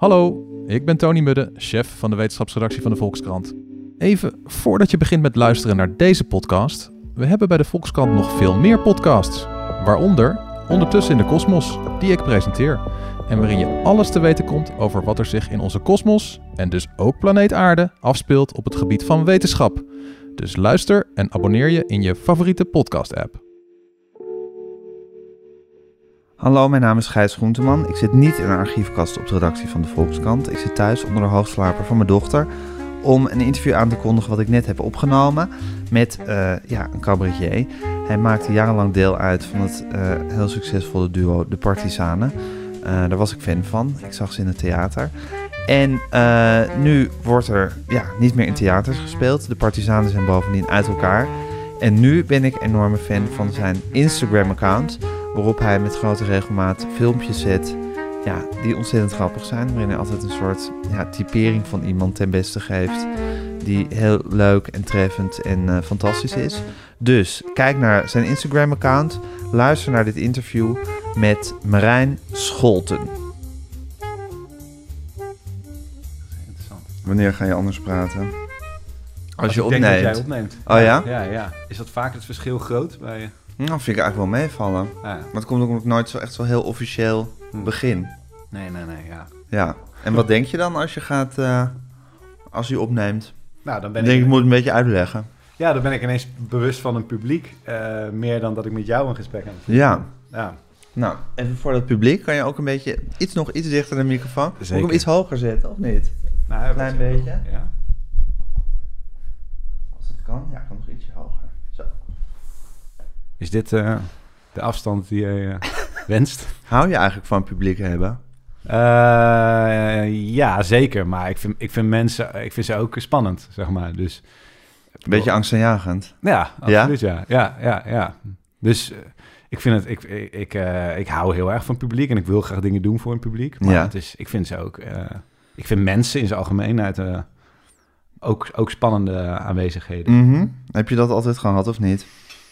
Hallo, ik ben Tony Mudde, chef van de wetenschapsredactie van de Volkskrant. Even voordat je begint met luisteren naar deze podcast, we hebben bij de Volkskrant nog veel meer podcasts. Waaronder Ondertussen in de Kosmos, die ik presenteer. En waarin je alles te weten komt over wat er zich in onze kosmos, en dus ook planeet Aarde, afspeelt op het gebied van wetenschap. Dus luister en abonneer je in je favoriete podcast-app. Hallo, mijn naam is Gijs Groenteman. Ik zit niet in een archiefkast op de redactie van de Volkskrant. Ik zit thuis onder de hoogslaper van mijn dochter om een interview aan te kondigen wat ik net heb opgenomen met een cabaretier. Hij maakte jarenlang deel uit van het heel succesvolle duo De Partizanen. Daar was ik fan van. Ik zag ze in het theater. En nu wordt er niet meer in theaters gespeeld. De Partizanen zijn bovendien uit elkaar. En nu ben ik enorme fan van zijn Instagram-account, waarop hij met grote regelmaat filmpjes zet die ontzettend grappig zijn. Waarin hij altijd een soort typering van iemand ten beste geeft die heel leuk en treffend en fantastisch is. Dus kijk naar zijn Instagram-account. Luister naar dit interview met Marijn Scholten. Interessant. Wanneer ga je anders praten? Als je ik denk dat jij opneemt. opneemt. Oh ja? Ja. Is dat vaak het verschil groot bij je? Nou, vind ik eigenlijk wel meevallen. Ja. Maar het komt ook nog nooit zo echt zo heel officieel begin. Nee, ja. Ja. En wat denk je dan als je gaat, als je opneemt? Nou, dan Ik moet het een beetje uitleggen. Ja, dan ben ik ineens bewust van een publiek. Meer dan dat ik met jou een gesprek aan het voeren Ja. ben. Ja. Nou, even voor dat publiek kan je ook een beetje iets dichter naar de microfoon. Moet ik hem iets hoger zetten, of niet? Nou, Een klein beetje. Ja. Als het kan. Ja, kan nog ietsje hoger. Zo. Is dit de afstand die je wenst? Hou je eigenlijk van publiek hebben? Ja, zeker. Maar ik vind mensen, ik vind ze ook spannend, zeg maar. Dus, Een beetje angstaanjagend. ja, absoluut, ja. Dus ik vind het, ik hou heel erg van publiek en ik wil graag dingen doen voor een publiek. Maar Ja. ik vind ze ook, ik vind mensen in zijn algemeenheid ook spannende aanwezigheden. Mhm. Heb je dat altijd gehad of niet?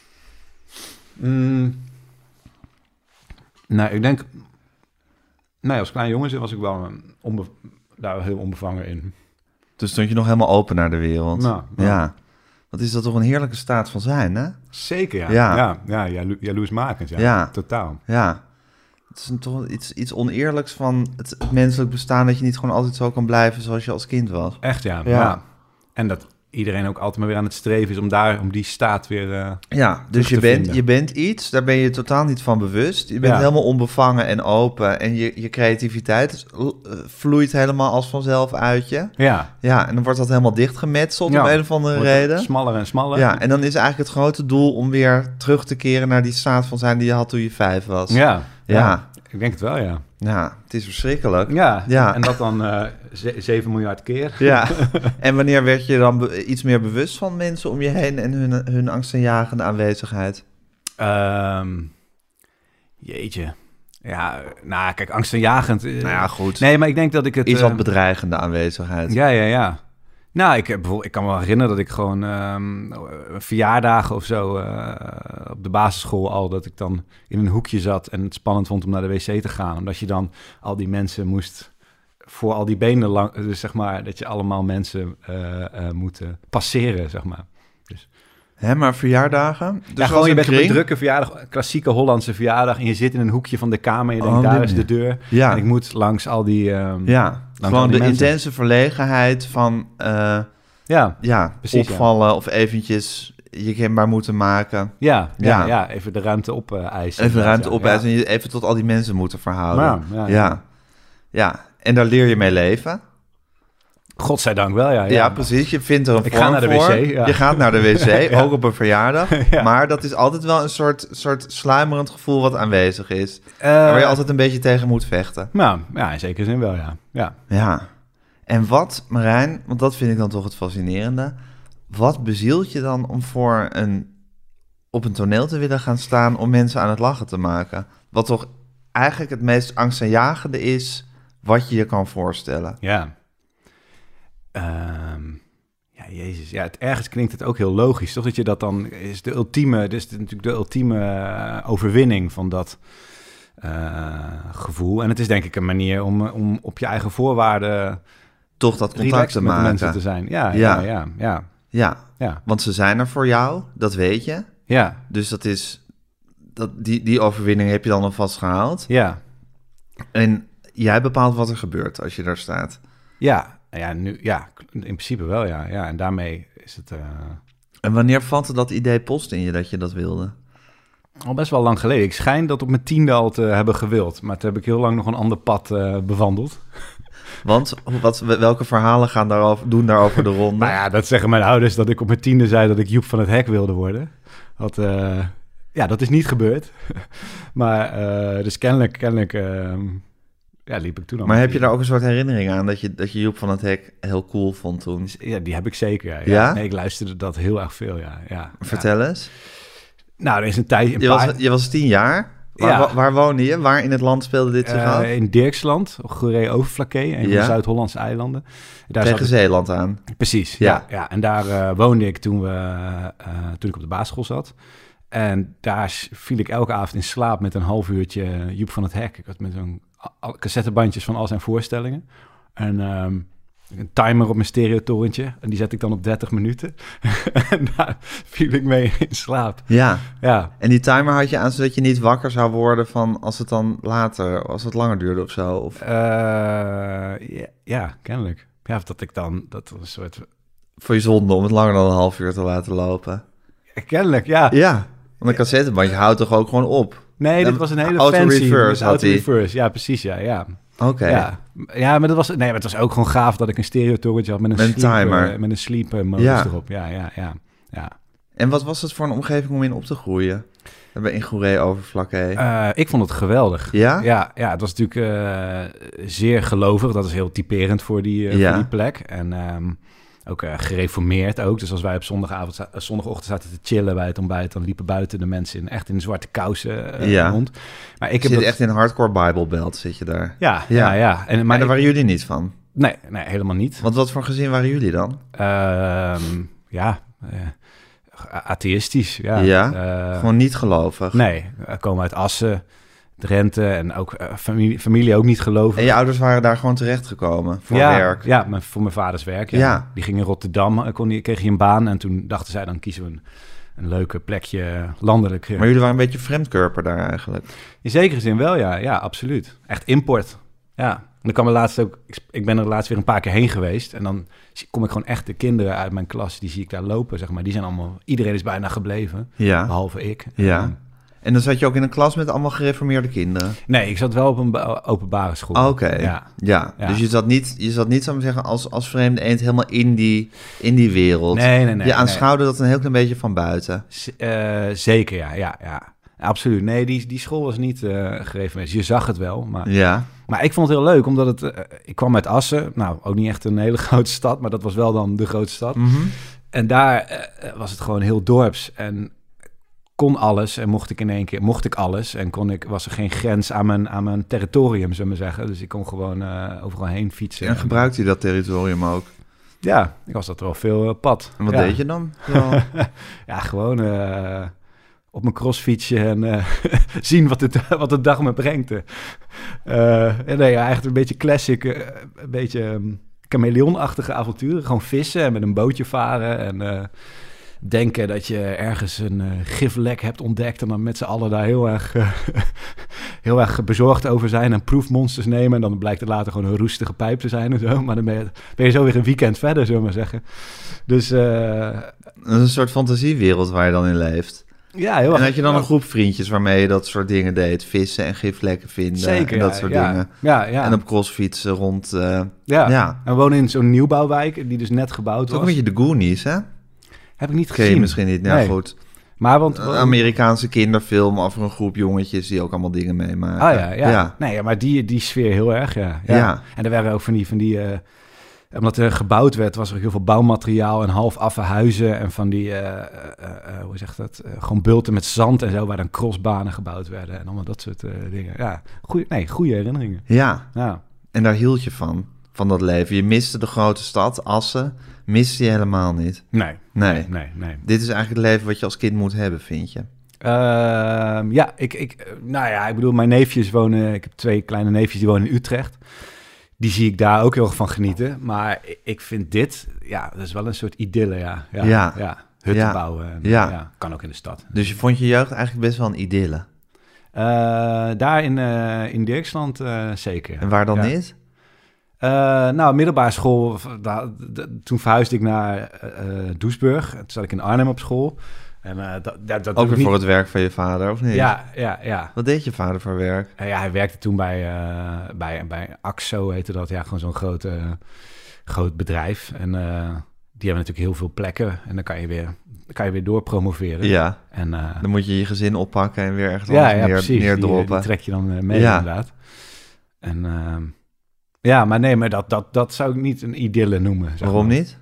Nou, ik denk, als klein jongen was ik wel daar heel onbevangen in. Dus stond je nog helemaal open naar de wereld. Nou, Ja. Wat is dat toch een heerlijke staat van zijn, hè? Zeker, Ja. Ja, jaloersmakend, Ja. Totaal. Ja. Het is toch iets oneerlijks van het menselijk bestaan, dat je niet gewoon altijd zo kan blijven zoals je als kind was. Echt, ja. Ja. En dat iedereen ook altijd maar weer aan het streven is om die staat weer... Ja, dus je bent iets, daar ben je totaal niet van bewust. Je bent helemaal onbevangen en open en je creativiteit vloeit helemaal als vanzelf uit je. Ja. Ja, en dan wordt dat helemaal dichtgemetseld om een of andere Wordt reden. smaller en smaller. Ja, en dan is eigenlijk het grote doel om weer terug te keren naar die staat van zijn die je had toen je 5 was. Ja. Ik denk het wel, ja. Ja, het is verschrikkelijk. Ja. En dat dan 7 miljard keer. Ja, en wanneer werd je dan iets meer bewust van mensen om je heen en hun angstaanjagende aanwezigheid? Jeetje. Ja, nou, kijk, angstaanjagend... Nou ja, goed. Nee, maar ik denk dat ik het... Iets wat bedreigende aanwezigheid. Ja. Nou, ik kan me wel herinneren dat ik gewoon verjaardagen of zo op de basisschool al, dat ik dan in een hoekje zat en het spannend vond om naar de wc te gaan. Omdat je dan al die mensen moest, voor al die benen lang, dus zeg maar, dat je allemaal mensen moet passeren, zeg maar. Dus. Hè, maar verjaardagen? Dus gewoon je bent op een kring? drukke verjaardag, klassieke Hollandse verjaardag, en je zit in een hoekje van de kamer en je denkt, daar is de deur. Ja. En ik moet langs al die... gewoon de intense verlegenheid van precies, opvallen of eventjes je kenbaar moeten maken. Ja, even de ruimte opeisen. Even de ruimte opeisen en je even tot al die mensen moeten verhouden. Ja, en daar leer je mee leven. Godzijdank wel, ja. Ja, precies. Je vindt er een ik vorm ga naar de voor. wc. Ja. Je gaat naar de wc, ook op een verjaardag. Ja. Maar dat is altijd wel een soort sluimerend gevoel wat aanwezig is. Waar je altijd een beetje tegen moet vechten. Nou, ja, in zekere zin wel, ja. Ja. En wat, Marijn, want dat vind ik dan toch het fascinerende. Wat bezielt je dan om op een toneel te willen gaan staan om mensen aan het lachen te maken? Wat toch eigenlijk het meest angstaanjagende is wat je je kan voorstellen. Ja. Jezus. Ja, ergens klinkt het ook heel logisch, toch? Dat je dat dan is de ultieme, dus natuurlijk de ultieme overwinning van dat gevoel. En het is denk ik een manier om op je eigen voorwaarden toch dat contact relaxed te met maken. de mensen te zijn. Ja. Want ze zijn er voor jou, dat weet je. Ja. Dus die overwinning heb je dan alvast gehaald. Ja. En jij bepaalt wat er gebeurt als je daar staat. Ja, in principe wel, ja. En daarmee is het En wanneer vatte dat idee post in je dat je dat wilde? al best wel lang geleden. Ik schijn dat op mijn 10e al te hebben gewild. Maar toen heb ik heel lang nog een ander pad bewandeld. Want welke verhalen doen daarover de ronde? Nou ja, dat zeggen mijn ouders dat ik op mijn 10e zei dat ik Joep van het Hek wilde worden. Dat is niet gebeurd. Maar dus kennelijk liep ik toen al. Maar heb je daar ook een soort herinnering aan dat je Joep van het Hek heel cool vond toen? Ja, die heb ik zeker. Ja? Nee, ik luisterde dat heel erg veel, ja. Vertel eens. Nou, er is een tijd... Je was 10 jaar. Waar woonde je? Waar in het land speelde dit zich af? In Dirksland, Goeree-Overflakkee, een van de Zuid-Hollandse eilanden. Daar tegen Zeeland aan. Precies, ja. En daar woonde ik toen ik op de basisschool zat. En daar viel ik elke avond in slaap met een half uurtje Joep van het Hek. Ik had met zo'n cassettebandjes van al zijn voorstellingen. En een timer op mijn stereotorentje. En die zet ik dan op 30 minuten. En daar viel ik mee in slaap. Ja. Ja. En die timer had je aan zodat je niet wakker zou worden van als het dan later, als het langer duurde of zo? Of? Ja, kennelijk. Ja, dat was een soort... Voor je zonde om het langer dan een half uur te laten lopen. Kennelijk, ja. Ja, want een cassettebandje houdt toch ook gewoon op? Nee, dit was een hele auto-reverse had hij. Auto-reverse, ja, precies, ja. Oké. Ja, maar het was ook gewoon gaaf dat ik een stereotorentje had met een timer. Met een sleep modus erop. Ja. En wat was het voor een omgeving om in op te groeien? In Goeree-Overflakkee. Ik vond het geweldig. Ja? Ja, het was natuurlijk zeer gelovig. Dat is heel typerend voor die plek. En ook gereformeerd ook. Dus als wij op zondagochtend zaten te chillen bij het ontbijt, dan liepen buiten de mensen echt in zwarte kousen rond. Maar ik zit echt in hardcore Bible Belt, zit je daar? Ja. Maar daar waren jullie niet van? Nee, helemaal niet. Want wat voor gezin waren jullie dan? Atheïstisch, ja. Ja? Gewoon niet gelovig? Nee, we komen uit Assen, Drenthe en ook familie ook niet gelovig. En je ouders waren daar gewoon terechtgekomen voor werk? Ja, voor mijn vaders werk. Ja. Die ging in Rotterdam, kreeg hij een baan en toen dachten zij, dan kiezen we een leuke plekje landelijk. Maar jullie waren een beetje vreemdkörper daar eigenlijk? In zekere zin wel, ja, absoluut. Echt import, ja. En dan kwam er laatst ook, ik ben er laatst weer een paar keer heen geweest en dan kom ik gewoon echt de kinderen uit mijn klas, die zie ik daar lopen, zeg maar. Die zijn allemaal, iedereen is bijna gebleven, behalve ik. Ja. En dan zat je ook in een klas met allemaal gereformeerde kinderen? Nee, ik zat wel op een openbare school. Oké. Ja. Dus je zat niet, zou ik zeggen, als vreemde eend helemaal in die wereld. Nee. Je aanschouwde dat een heel klein beetje van buiten. Zeker, ja. Absoluut. Nee, die school was niet gereformeerd. Je zag het wel, maar... Ja. Maar ik vond het heel leuk, omdat ik kwam uit Assen. Nou, ook niet echt een hele grote stad, maar dat was wel dan de grootste stad. Mm-hmm. En daar was het gewoon heel dorps en kon alles en mocht ik alles en was er geen grens aan mijn territorium, zullen we zeggen. Dus ik kon gewoon overal heen fietsen. En gebruikte je dat territorium ook? Ja, ik was dat wel veel pad. En wat deed je dan? Ja, gewoon op mijn crossfietsje en zien wat de dag me brengt. Eigenlijk een beetje classic, een beetje chameleonachtige avonturen. Gewoon vissen en met een bootje varen en denken dat je ergens een giflek hebt ontdekt en dan met z'n allen daar heel erg bezorgd over zijn en proefmonsters nemen. En dan blijkt het later gewoon een roestige pijp te zijn en zo. Maar dan ben je zo weer een weekend verder, zullen we maar zeggen. Dus... dat is een soort fantasiewereld waar je dan in leeft. Ja, heel erg. En had je dan een groep vriendjes waarmee je dat soort dingen deed? Vissen en giflekken vinden. Zeker, en dat soort dingen. Ja. En op crossfietsen rond... En we wonen in zo'n nieuwbouwwijk die dus net gebouwd was. Ook een beetje de Goonies, hè? Heb ik niet Ken gezien. je misschien niet? Nou, goed. Maar een Amerikaanse kinderfilm over een groep jongetjes die ook allemaal dingen meemaken. Ja. Nee, maar die sfeer heel erg, ja. En er waren ook van die omdat er gebouwd werd, was er ook heel veel bouwmateriaal en half affe huizen en van die, hoe zeg dat, gewoon bulten met zand en zo, waar dan crossbanen gebouwd werden en allemaal dat soort dingen. Ja, goede herinneringen. Ja, en daar hield je van dat leven. Je miste de grote stad, Assen, miste je helemaal niet. Nee. Dit is eigenlijk het leven wat je als kind moet hebben, vind je? Ik bedoel, mijn neefjes wonen... Ik heb 2 kleine neefjes die wonen in Utrecht. Die zie ik daar ook heel erg van genieten. Maar ik vind dit, dat is wel een soort idylle, ja. Hutten bouwen. Kan ook in de stad. Dus je vond je jeugd eigenlijk best wel een idylle? Daar in Dirksland zeker. En waar dan niet? Middelbare school, toen verhuisde ik naar Doesburg. Toen zat ik in Arnhem op school. En, dat ook weer voor het werk van je vader, of niet? Ja. Wat deed je vader voor werk? Hij werkte toen bij Axo, heette dat. Ja, gewoon zo'n groot bedrijf. En die hebben natuurlijk heel veel plekken. En dan kan je weer doorpromoveren. Ja, en, dan moet je je gezin oppakken en weer ergens neerdroppen. Die trek je dan mee inderdaad. En... maar dat zou ik niet een idylle noemen. Waarom niet?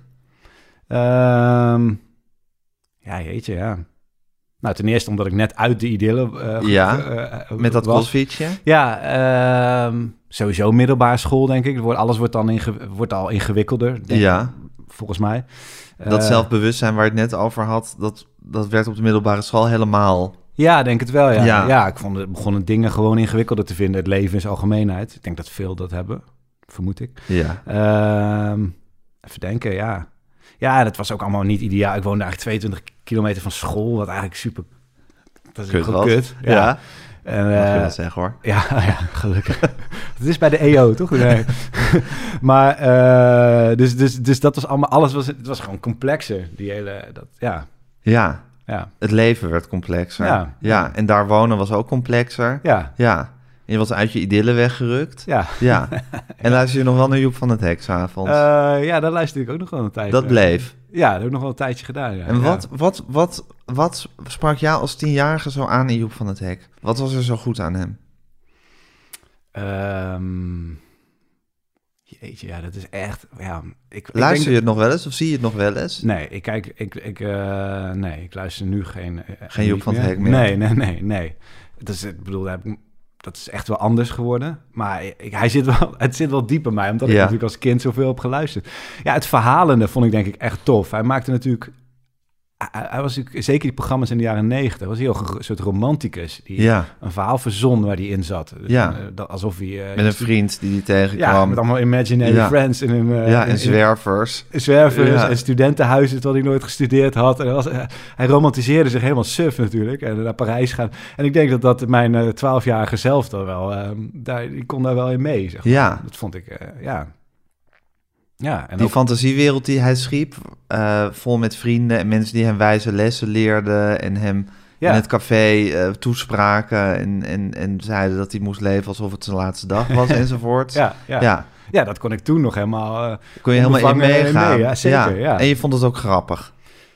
Ja. Nou, ten eerste omdat ik net uit de idylle met dat crossfietsje? Ja, sowieso middelbare school, denk ik. Alles wordt al ingewikkelder, volgens mij. Dat zelfbewustzijn waar je het net over had, dat werd op de middelbare school helemaal... Ja, denk het wel, ja. Ik begon dingen gewoon ingewikkelder te vinden. Het leven in zijn algemeenheid. Ik denk dat veel dat hebben. Vermoed ik. Ja. Even denken, ja. Ja, dat was ook allemaal niet ideaal. Ik woonde eigenlijk 22 kilometer van school, wat eigenlijk super... Dat is gewoon kut. Ja. En, mag je dat zeggen, hoor. Ja, gelukkig. Het is bij de EO, toch? Nee. Maar, dus dat was allemaal... Het was gewoon complexer, die hele... Ja. Het leven werd complexer. Ja. En daar wonen was ook complexer. Ja. En je was uit je idylle weggerukt. Ja. En luister je nog wel naar Joep van het Hek 's avonds? Daar luisterde ik ook nog wel een tijd. Dat bleef? Ja, dat heb ik nog wel een tijdje gedaan, ja. En wat sprak jou als 10-jarige zo aan in Joep van het Hek? Wat was er zo goed aan hem? Jeetje, ja, dat is echt... Ja, luister je het nog wel eens of zie je het nog wel eens? Nee, ik luister nu geen Joep van het Hek meer? Nee. Dat is echt wel anders geworden. Maar het zit wel diep in mij, omdat ik natuurlijk als kind zoveel heb geluisterd. Ja, het verhalende vond ik denk ik echt tof. Hij maakte natuurlijk... Hij was natuurlijk, zeker die programma's in de jaren 90, was heel een soort romanticus die een verhaal verzon waar hij in zat. Dus, alsof hij... met een vriend die hij tegenkwam. Ja, met allemaal imaginary friends. En zwervers. En studentenhuizen, terwijl hij nooit gestudeerd had. En hij romantiseerde zich helemaal suf natuurlijk. En naar Parijs gaan. En ik denk dat mijn 12-jarige zelf dan wel... die kon daar wel in mee, zeg maar. Ja. Dat vond ik, Ja, en die ook... fantasiewereld die hij schiep, vol met vrienden en mensen die hem wijze lessen leerden en hem in het café toespraken en zeiden dat hij moest leven alsof het zijn laatste dag was enzovoort. Ja, dat kon ik toen nog helemaal... kon je helemaal in meegaan. Ja, zeker, ja. En je vond het ook grappig?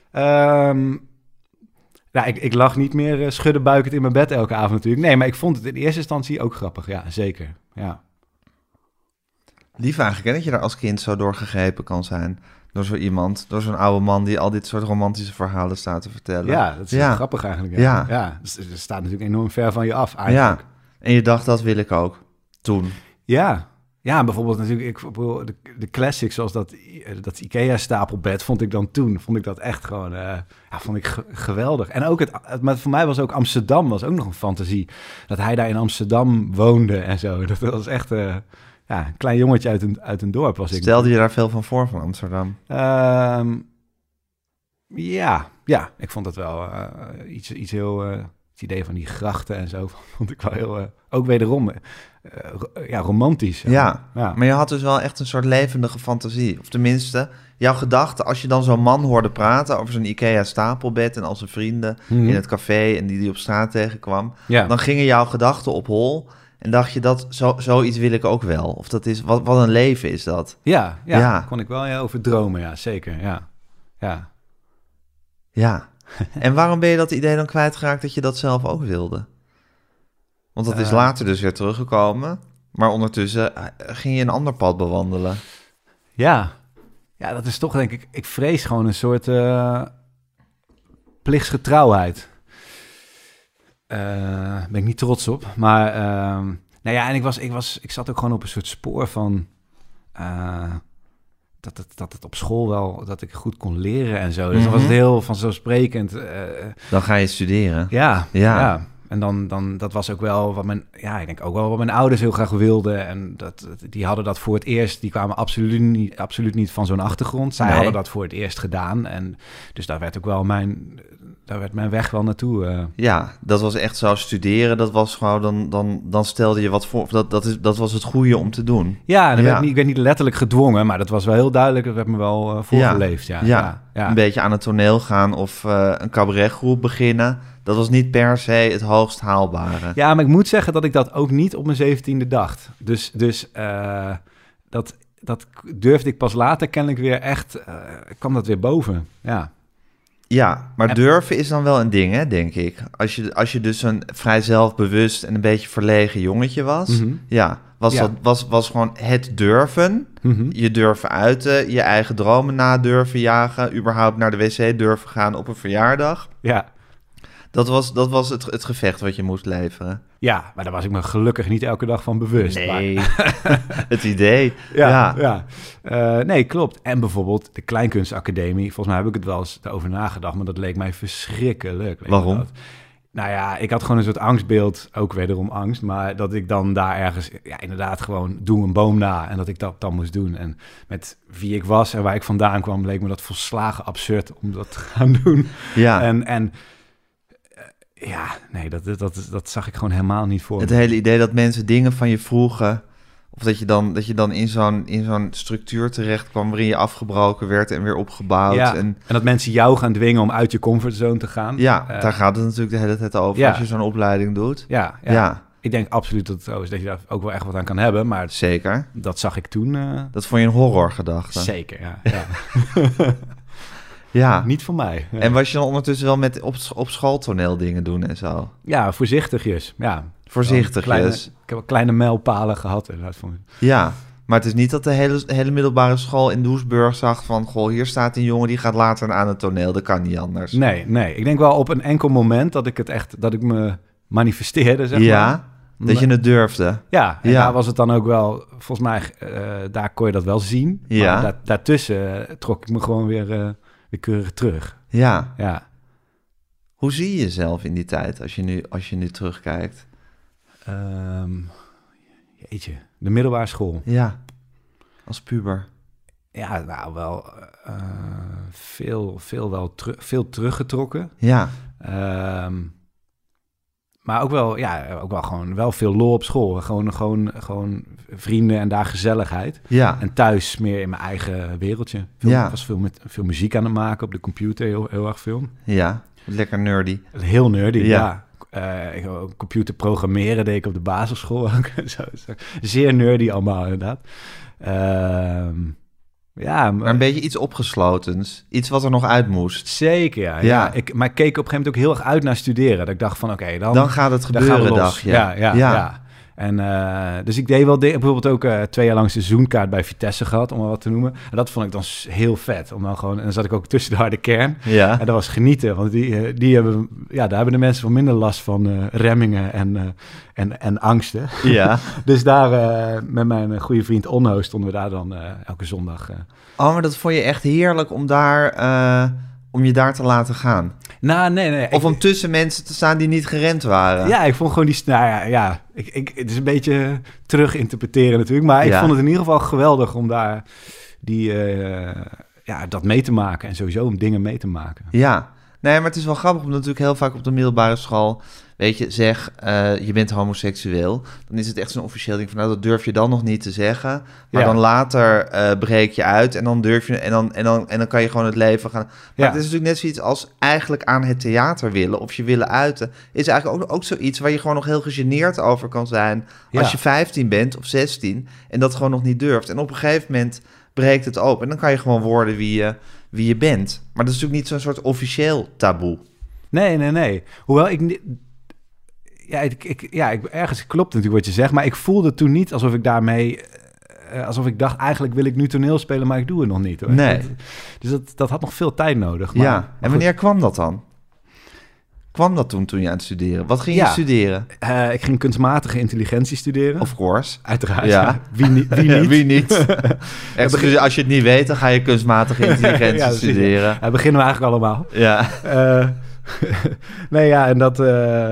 Ik lag niet meer schuddenbuikend in mijn bed elke avond natuurlijk. Nee, maar ik vond het in eerste instantie ook grappig. Ja, zeker. Ja. Lief eigenlijk, hè, dat je daar als kind zo doorgegrepen kan zijn. Door zo iemand, door zo'n oude man die al dit soort romantische verhalen staat te vertellen. Ja, dat is grappig eigenlijk. Ja. Dus het staat natuurlijk enorm ver van je af eigenlijk. Ja, en je dacht, dat wil ik ook, toen. Ja, bijvoorbeeld natuurlijk de classics zoals dat IKEA-stapelbed vond ik dan toen. Vond ik dat echt gewoon, vond ik geweldig. En ook maar voor mij was ook Amsterdam was ook nog een fantasie. Dat hij daar in Amsterdam woonde en zo. Dat was echt... een klein jongetje uit een dorp was ik. Stelde je daar veel van voor, van Amsterdam? Ik vond dat wel iets heel... het idee van die grachten en zo vond ik wel heel... ook wederom, romantisch. Ja, maar je had dus wel echt een soort levendige fantasie. Of tenminste, jouw gedachten, als je dan zo'n man hoorde praten over zo'n IKEA-stapelbed en al zijn vrienden in het café en die op straat tegenkwam, dan gingen jouw gedachten op hol... En dacht je dat zoiets wil ik ook wel? Of dat is wat een leven is dat? Ja. Kon ik wel over dromen, ja, zeker. Ja. En waarom ben je dat idee dan kwijtgeraakt dat je dat zelf ook wilde? Want dat is later dus weer teruggekomen. Maar ondertussen ging je een ander pad bewandelen. Ja, dat is toch denk ik vrees gewoon een soort plichtsgetrouwheid. Ben ik niet trots op. Maar en ik zat ook gewoon op een soort spoor van dat het op school wel, dat ik goed kon leren en zo. Dus dan was het heel vanzelfsprekend. Dan ga je studeren. Ja. En dan dat was ook wel wat ik denk ook wel wat mijn ouders heel graag wilden. En die hadden dat voor het eerst. Die kwamen absoluut niet van zo'n achtergrond. Zij hadden dat voor het eerst gedaan. En dus daar werd ook wel mijn weg wel naartoe. Ja, dat was echt zo studeren. Dat was gewoon, dan stelde je wat voor. Dat was het goede om te doen. Ja, en ik werd niet letterlijk gedwongen, maar dat was wel heel duidelijk. Dat werd me wel voorgeleefd. Ja. Een beetje aan het toneel gaan of een cabaretgroep beginnen. Dat was niet per se het hoogst haalbare. Ja, maar ik moet zeggen dat ik dat ook niet op mijn 17e dacht. Dus dat durfde ik pas later kennelijk weer echt... kwam dat weer boven, ja. Ja, maar durven is dan wel een ding, hè, denk ik. Als je dus een vrij zelfbewust en een beetje verlegen jongetje was... was gewoon het durven. Je durven uiten, je eigen dromen na durven jagen... überhaupt naar de wc durven gaan op een verjaardag. Ja. Dat was het gevecht wat je moest leveren. Ja, maar daar was ik me gelukkig niet elke dag van bewust. Nee, het idee. Ja. Nee, klopt. En bijvoorbeeld de Kleinkunstacademie. Volgens mij heb ik het wel eens over nagedacht, maar dat leek mij verschrikkelijk. Waarom? Nou ja, ik had gewoon een soort angstbeeld, ook wederom angst, maar dat ik dan daar ergens, inderdaad gewoon doe een boom na en dat ik dat dan moest doen. En met wie ik was en waar ik vandaan kwam, leek me dat volslagen absurd om dat te gaan doen. Ja. En ja, nee, dat zag ik gewoon helemaal niet voor het me. hele idee dat mensen dingen van je vroegen... of dat je dan in zo'n structuur terecht kwam... waarin je afgebroken werd en weer opgebouwd. Ja, en dat mensen jou gaan dwingen om uit je comfortzone te gaan. Ja, daar gaat het natuurlijk de hele tijd over als je zo'n opleiding doet. Ja. Ik denk absoluut dat het zo is dat je daar ook wel echt wat aan kan hebben. Maar zeker. Dat zag ik toen. Dat vond je een horrorgedachte? Zeker, ja. Ja. Niet voor mij. Ja. En was je dan ondertussen wel met op schooltoneel dingen doen en zo? Ja, voorzichtigjes. Ja. Voorzichtigjes. Ik heb wel kleine mijlpalen gehad. Inderdaad. Ja, maar het is niet dat de hele middelbare school in Doesburg zag van... goh, hier staat een jongen die gaat later aan het toneel. Dat kan niet anders. Nee. Ik denk wel op een enkel moment dat ik me manifesteerde, zeg maar. Ja, dat je het durfde. Ja, en daar was het dan ook wel... Volgens mij, daar kon je dat wel zien. Ja. Maar daartussen trok ik me gewoon weer keurig terug. Ja. Hoe zie je jezelf in die tijd als je nu terugkijkt? Jeetje, de middelbare school. Ja, als puber. Ja, nou wel veel teruggetrokken. Ja. Maar ook wel gewoon wel veel lol op school. Gewoon vrienden en daar gezelligheid. Ja. En thuis meer in mijn eigen wereldje. Ik was veel muziek aan het maken op de computer, heel erg veel. Ja, lekker nerdy. Heel nerdy, ja. Computer programmeren deed ik op de basisschool ook. zo. Zeer nerdy allemaal, inderdaad. Maar een beetje iets opgeslotens. Iets wat er nog uit moest. Zeker, ja. Maar ik keek op een gegeven moment ook heel erg uit naar studeren. Dat ik dacht van, oké, dan gaat het gebeuren, dacht je. Ja. En dus ik deed wel bijvoorbeeld ook 2 jaar lang seizoenkaart bij Vitesse gehad, om maar wat te noemen. En dat vond ik dan heel vet. Om dan gewoon, en dan zat ik ook tussen de harde kern. Ja. En dat was genieten, want daar hebben de mensen wel minder last van remmingen en angsten. Ja. Dus daar met mijn goede vriend Onno stonden we daar dan elke zondag. Maar dat vond je echt heerlijk om je daar te laten gaan? Nou, nee. Of om tussen mensen te staan die niet gerend waren? Ja, ik vond gewoon het is een beetje terug interpreteren natuurlijk. Maar ik vond het in ieder geval geweldig om daar dat mee te maken. En sowieso om dingen mee te maken. Ja, nee, maar het is wel grappig omdat natuurlijk heel vaak op de middelbare school... Weet je, zeg, je bent homoseksueel. Dan is het echt zo'n officieel ding van... nou, dat durf je dan nog niet te zeggen. Maar dan later breek je uit... en dan durf je... en dan kan je gewoon het leven gaan... Maar het is natuurlijk net zoiets als eigenlijk aan het theater willen... of je willen uiten... is eigenlijk ook zoiets waar je gewoon nog heel gegeneerd over kan zijn... als je 15 bent of 16... en dat gewoon nog niet durft. En op een gegeven moment breekt het open... en dan kan je gewoon worden wie je bent. Maar dat is natuurlijk niet zo'n soort officieel taboe. Nee. Hoewel ik... ergens klopt natuurlijk wat je zegt, maar ik voelde toen niet alsof ik daarmee, alsof ik dacht, eigenlijk wil ik nu toneel spelen, maar ik doe het nog niet. Hoor. Nee. Dus dat had nog veel tijd nodig. Maar, en wanneer kwam dat dan? kwam dat toen je aan het studeren? Wat ging je studeren? Ik ging kunstmatige intelligentie studeren. Of course. Uiteraard. Ja. Wie niet? Wie niet? Echt, als je het niet weet, dan ga je kunstmatige intelligentie studeren. Dat beginnen we eigenlijk allemaal. Ja. Nee, ja, en dat...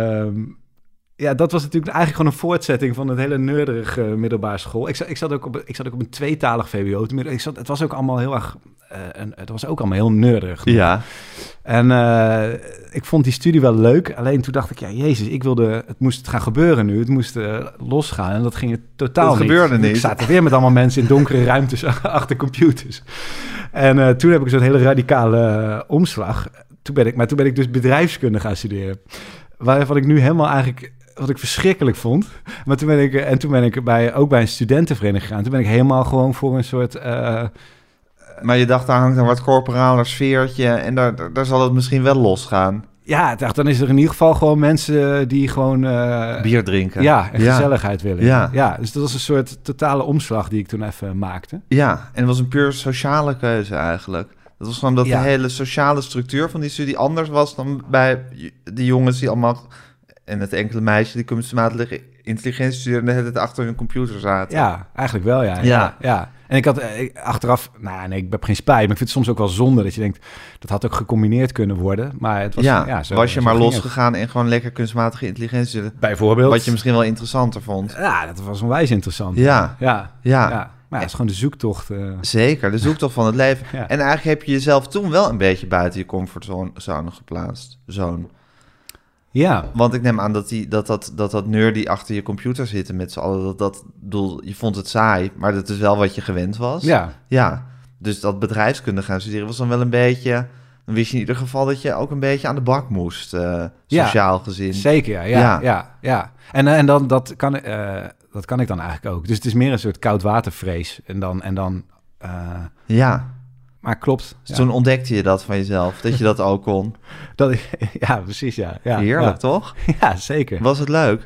dat was natuurlijk eigenlijk gewoon een voortzetting van het hele nerdige middelbare school. Ik zat ook op een tweetalig VWO. Het was ook allemaal heel erg... het was ook allemaal heel nerdig. Ja. En ik vond die studie wel leuk. Alleen toen dacht ik, ja, jezus, het moest gaan gebeuren nu. Het moest losgaan. En dat ging het totaal niet. Dat gebeurde niet. Ik zat weer met allemaal mensen in donkere ruimtes achter computers. En toen heb ik zo'n hele radicale omslag. Toen ben ik dus bedrijfskunde gaan studeren. Waarvan ik nu helemaal eigenlijk... Wat ik verschrikkelijk vond. Maar toen ben ik ook bij een studentenvereniging gegaan. Toen ben ik helemaal gewoon voor een soort... Maar je dacht, daar hangt een wat corporaler sfeertje... en daar zal het misschien wel losgaan. Ja, ik dacht, dan is er in ieder geval gewoon mensen die gewoon... bier drinken. Ja, en gezelligheid willen. Ja. Dus dat was een soort totale omslag die ik toen even maakte. Ja, en het was een puur sociale keuze eigenlijk. Dat was gewoon dat de hele sociale structuur van die studie anders was... dan bij die jongens die allemaal... en het enkele meisje die kunstmatige intelligentie studeerde... en het achter hun computer zaten. Ja, eigenlijk wel, ja. En ik had achteraf... ik heb geen spijt, maar ik vind het soms ook wel zonde... dat je denkt, dat had ook gecombineerd kunnen worden. Maar het was... was je maar losgegaan en gewoon lekker kunstmatige intelligentie studeren. Bijvoorbeeld. Wat je misschien wel interessanter vond. Ja, dat was onwijs interessant. Ja. Maar het is gewoon de zoektocht. Zeker, de zoektocht van het leven. Ja. En eigenlijk heb je jezelf toen wel een beetje buiten je comfortzone geplaatst. Ja. Want ik neem aan dat nerd die achter je computer zitten met z'n allen... je vond het saai, maar dat is wel wat je gewend was. Ja. Dus dat bedrijfskunde gaan studeren was dan wel een beetje... Dan wist je in ieder geval dat je ook een beetje aan de bak moest, sociaal gezien. Zeker, ja. En dan, dat kan ik dan eigenlijk ook. Dus het is meer een soort koudwatervrees. En dan ja. Maar klopt. Dus toen ontdekte je dat van jezelf, dat je dat ook kon. Ja, precies, ja. Heerlijk, toch? Ja, zeker. Was het leuk?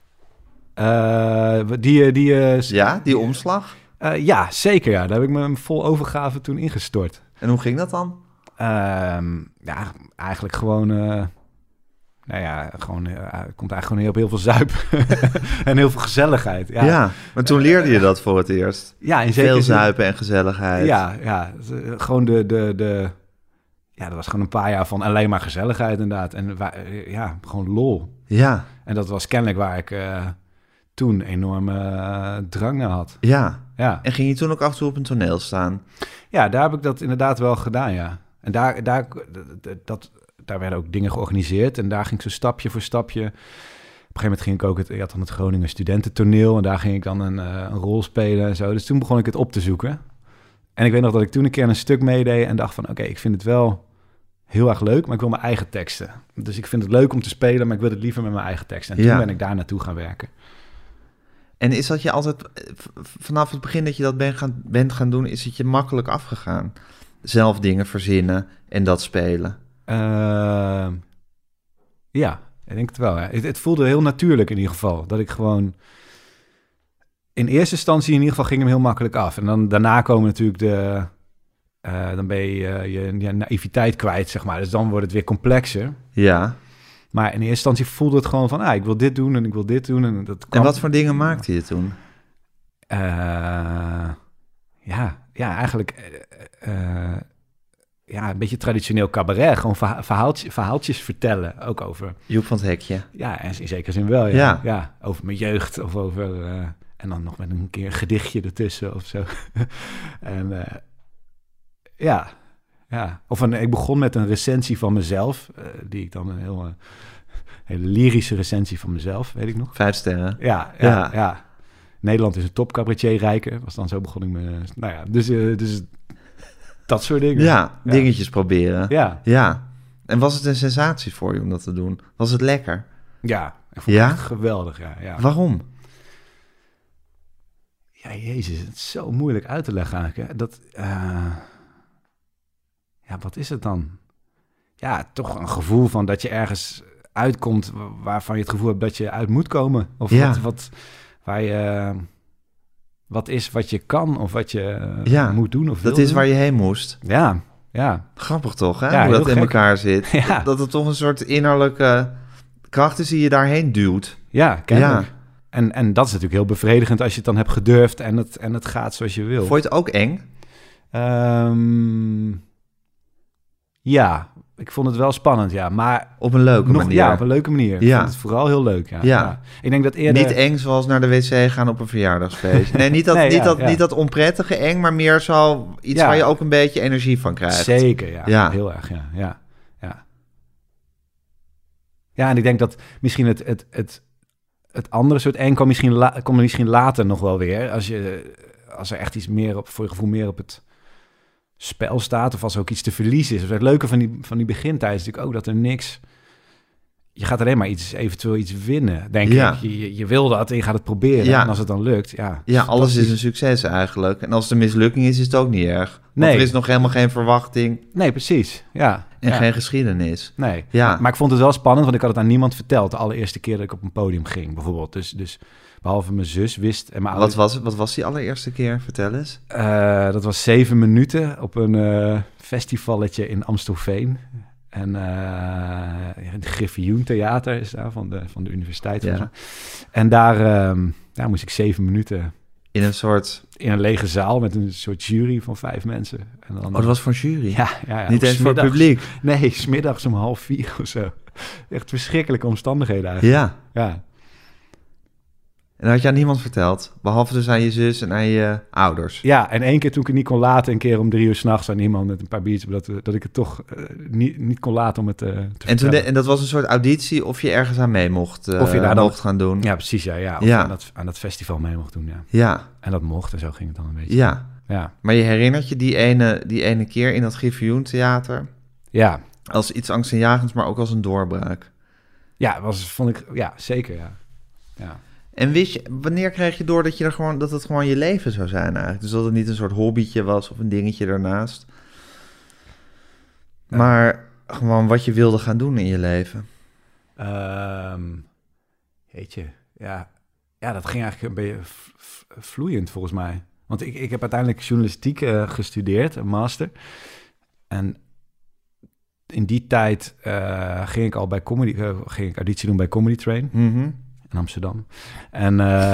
Die omslag? Ja, zeker, ja. Daar heb ik me vol overgave toen ingestort. En hoe ging dat dan? Eigenlijk gewoon... het komt eigenlijk gewoon op heel veel zuip en heel veel gezelligheid. Ja, maar toen leerde je dat voor het eerst. Ja, in zekere veel zuipen en gezelligheid. Ja, gewoon dat was gewoon een paar jaar van alleen maar gezelligheid inderdaad. En gewoon lol. Ja. En dat was kennelijk waar ik toen enorme drang naar had. Ja. Ja. En ging je toen ook af en toe op een toneel staan? Ja, daar heb ik dat inderdaad wel gedaan, ja. En daar werden ook dingen georganiseerd. En daar ging ik zo stapje voor stapje. Op een gegeven moment ging ik ook je had dan het Groningen Studententoneel. En daar ging ik dan een rol spelen en zo. Dus toen begon ik het op te zoeken. En ik weet nog dat ik toen een keer een stuk meedeed en dacht van... Oké, ik vind het wel heel erg leuk, maar ik wil mijn eigen teksten. Dus ik vind het leuk om te spelen, maar ik wil het liever met mijn eigen teksten. En toen ben ik daar naartoe gaan werken. En is dat je altijd... Vanaf het begin dat je dat bent gaan doen, is het je makkelijk afgegaan? Zelf dingen verzinnen en dat spelen? Ja, ik denk het wel. Ja. Het voelde heel natuurlijk in ieder geval. Dat ik gewoon... In eerste instantie in ieder geval ging hem heel makkelijk af. En dan daarna komen natuurlijk dan ben je naïviteit kwijt, zeg maar. Dus dan wordt het weer complexer. Ja. Maar in eerste instantie voelde het gewoon van... ik wil dit doen en ik wil dit doen. En en wat voor dingen maakte je toen? Eigenlijk... een beetje traditioneel cabaret. Gewoon verhaaltjes vertellen. Ook over... Joep van het Hekje. Ja, in zekere zin wel, ja. Ja, over mijn jeugd of over... en dan nog met een keer een gedichtje ertussen of zo. En ja. Of ik begon met een recensie van mezelf. Die ik dan een hele lyrische recensie van mezelf, weet ik nog. 5 sterren. Ja. Nederland is een topcabaretier rijker. Was dan zo begon ik me... Nou ja, dus dat soort dingen. Ja, dingetjes proberen. Ja. En was het een sensatie voor je om dat te doen? Was het lekker? Ja, ik vond het echt geweldig, ja. Waarom? Ja, jezus, het is zo moeilijk uit te leggen eigenlijk. Hè. Dat, wat is het dan? Ja, toch een gevoel van dat je ergens uitkomt waarvan je het gevoel hebt dat je uit moet komen. Of waar je... Wat is wat je kan of wat je moet doen of wil dat is doen. waar je heen moest. Ja, Ja. Grappig toch, hè? Ja, Hoe dat heel in gek. elkaar zit. Ja. Dat het toch een soort innerlijke kracht is die je daarheen duwt. Ja, kennelijk. En dat is natuurlijk heel bevredigend als je het dan hebt gedurfd en het gaat zoals je wil. Vond je het ook eng? Ja, ik vond het wel spannend, ja. Maar Op een leuke manier. Ja, op een leuke manier. Ja. Ik vond het vooral heel leuk, ja. Ja. Ik denk dat eerder... Niet eng zoals naar de wc gaan op een verjaardagsfeest. Nee, niet dat, Nee, niet, ja, dat, ja. niet dat onprettige eng, maar meer zo iets Ja. waar je ook een beetje energie van krijgt. Zeker, ja. Ja. Heel erg, ja. Ja, en ik denk dat misschien het andere soort eng komt misschien later nog wel weer. Als er echt iets meer voor je gevoel meer op het spel staat, of als er ook iets te verliezen is. Het leuke van die begintijd is natuurlijk ook dat er niks... Je gaat alleen maar eventueel iets winnen, denk Ja. ik. Je wil dat en je gaat het proberen. Ja. En als het dan lukt, ja. Ja, alles is fantastisch. een succes eigenlijk. En als het een mislukking is het ook niet erg. Want Nee. er is nog helemaal geen verwachting Nee, precies. Ja. en ja. geen geschiedenis. Nee. Ja. Maar ik vond het wel spannend, want ik had het aan niemand verteld. De allereerste keer dat ik op een podium ging, bijvoorbeeld. Dus behalve mijn zus wist en mijn ouders... Wat was die allereerste keer? Vertel eens. Dat was 7 minuten op een festivalletje in Amstelveen. En het Griffioen Theater is daar van de universiteit. Ja. En daar moest ik 7 minuten In een soort... in een lege zaal met een soort jury van 5 mensen. En dan, Oh, dat was voor jury? ja, Niet ook eens voor het 's middags. publiek? Nee, 's middags om 3:30 of zo. Echt verschrikkelijke omstandigheden eigenlijk. Ja. Ja. En dat had je aan niemand verteld? Behalve dus aan je zus en aan je ouders? Ja, en 1 keer toen ik het niet kon laten, een keer om 3 uur 's nachts aan iemand met een paar biertjes, dat ik het toch niet kon laten om het te vertellen. En dat was een soort auditie of je ergens aan mee mocht, Of je daar dan- mocht gaan doen? Ja, precies, ja. Of Ja. aan dat festival mee mocht doen, ja. Ja, En dat mocht en zo ging het dan een beetje. ja. Ja. Maar je herinnert je die ene keer in dat Griffioen Theater Ja, als iets angstaanjagends, maar ook als een doorbraak? vond ik, ja, zeker, ja. Ja. En wanneer kreeg je door dat het gewoon je leven zou zijn eigenlijk? Dus dat het niet een soort hobbytje was of een dingetje ernaast. Maar gewoon wat je wilde gaan doen in je leven. Jeetje, ja. Ja, dat ging eigenlijk een beetje vloeiend volgens mij. Want ik heb uiteindelijk journalistiek gestudeerd, een master. En in die tijd ging ik al bij ging ik auditie doen bij Comedy Train Mhm. in Amsterdam. En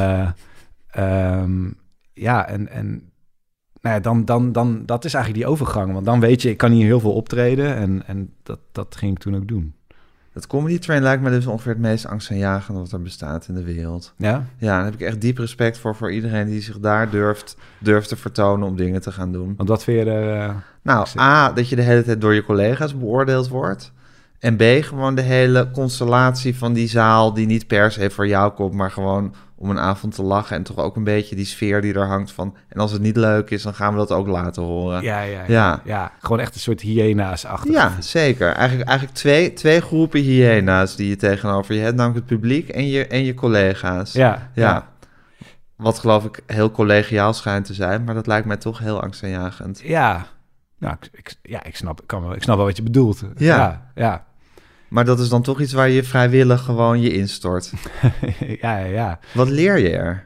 dan dat is eigenlijk die overgang. Want dan weet je, ik kan hier heel veel optreden en dat ging ik toen ook doen. Het Comedy Train lijkt me dus ongeveer het meest angstaanjagende wat er bestaat in de wereld. Ja? Ja, daar heb ik echt diep respect voor iedereen die zich daar durft te vertonen om dingen te gaan doen. Want wat vind je er... Nou, A, dat je de hele tijd door je collega's beoordeeld wordt. En B, gewoon de hele constellatie van die zaal die niet per se voor jou komt, maar gewoon om een avond te lachen en toch ook een beetje die sfeer die er hangt van... En als het niet leuk is, dan gaan we dat ook laten horen. Ja. Gewoon echt een soort hyena's-achtig. Ja, zeker. Eigenlijk twee groepen hyena's die je tegenover je hebt, namelijk het publiek en je collega's. Ja. Wat geloof ik heel collegiaal schijnt te zijn, maar dat lijkt mij toch heel angstaanjagend. Ja. Nou, ik snap wel wat je bedoelt. Ja. Maar dat is dan toch iets waar je vrijwillig gewoon je instort. Ja. Wat leer je er?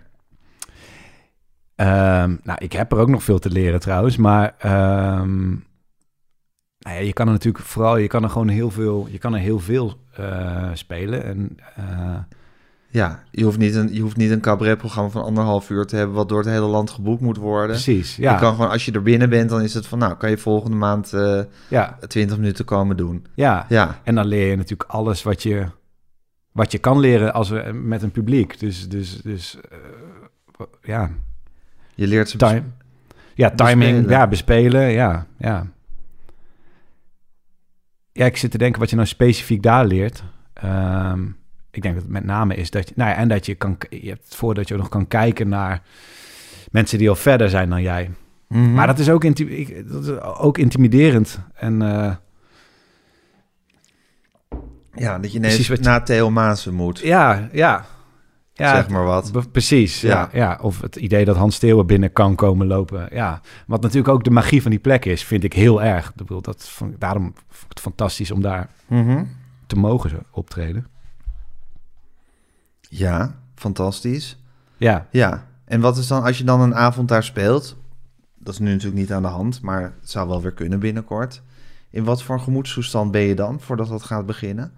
Nou, ik heb er ook nog veel te leren trouwens, maar je kan er natuurlijk vooral, je kan er heel veel spelen. En, ja, je hoeft niet een cabaretprogramma van 1,5 uur te hebben wat door het hele land geboekt moet worden. Precies, ja. Je kan gewoon, als je er binnen bent, dan is het van, nou, kan je volgende maand 20 minuten komen doen. Ja. En dan leer je natuurlijk alles wat je kan leren met een publiek. Dus ja. Je leert ze timing, bespelen. Bespelen, ja. Ja, ik zit te denken wat je nou specifiek daar leert. Ik denk dat het met name is dat je... en dat je hebt het voor dat je ook nog kan kijken naar mensen die al verder zijn dan jij. Mm-hmm. Maar dat is ook intimiderend. En dat je ineens naar Theo Maassen moet. Ja, zeg maar wat. Precies, ja. Of het idee dat Hans Steeuwen binnen kan komen lopen. Ja, wat natuurlijk ook de magie van die plek is, vind ik heel erg. Daarom vond ik het fantastisch om daar te mogen optreden. Ja, fantastisch. Ja. Ja, en wat is dan, als je dan een avond daar speelt, dat is nu natuurlijk niet aan de hand, maar het zou wel weer kunnen binnenkort. In wat voor gemoedstoestand ben je dan, voordat dat gaat beginnen?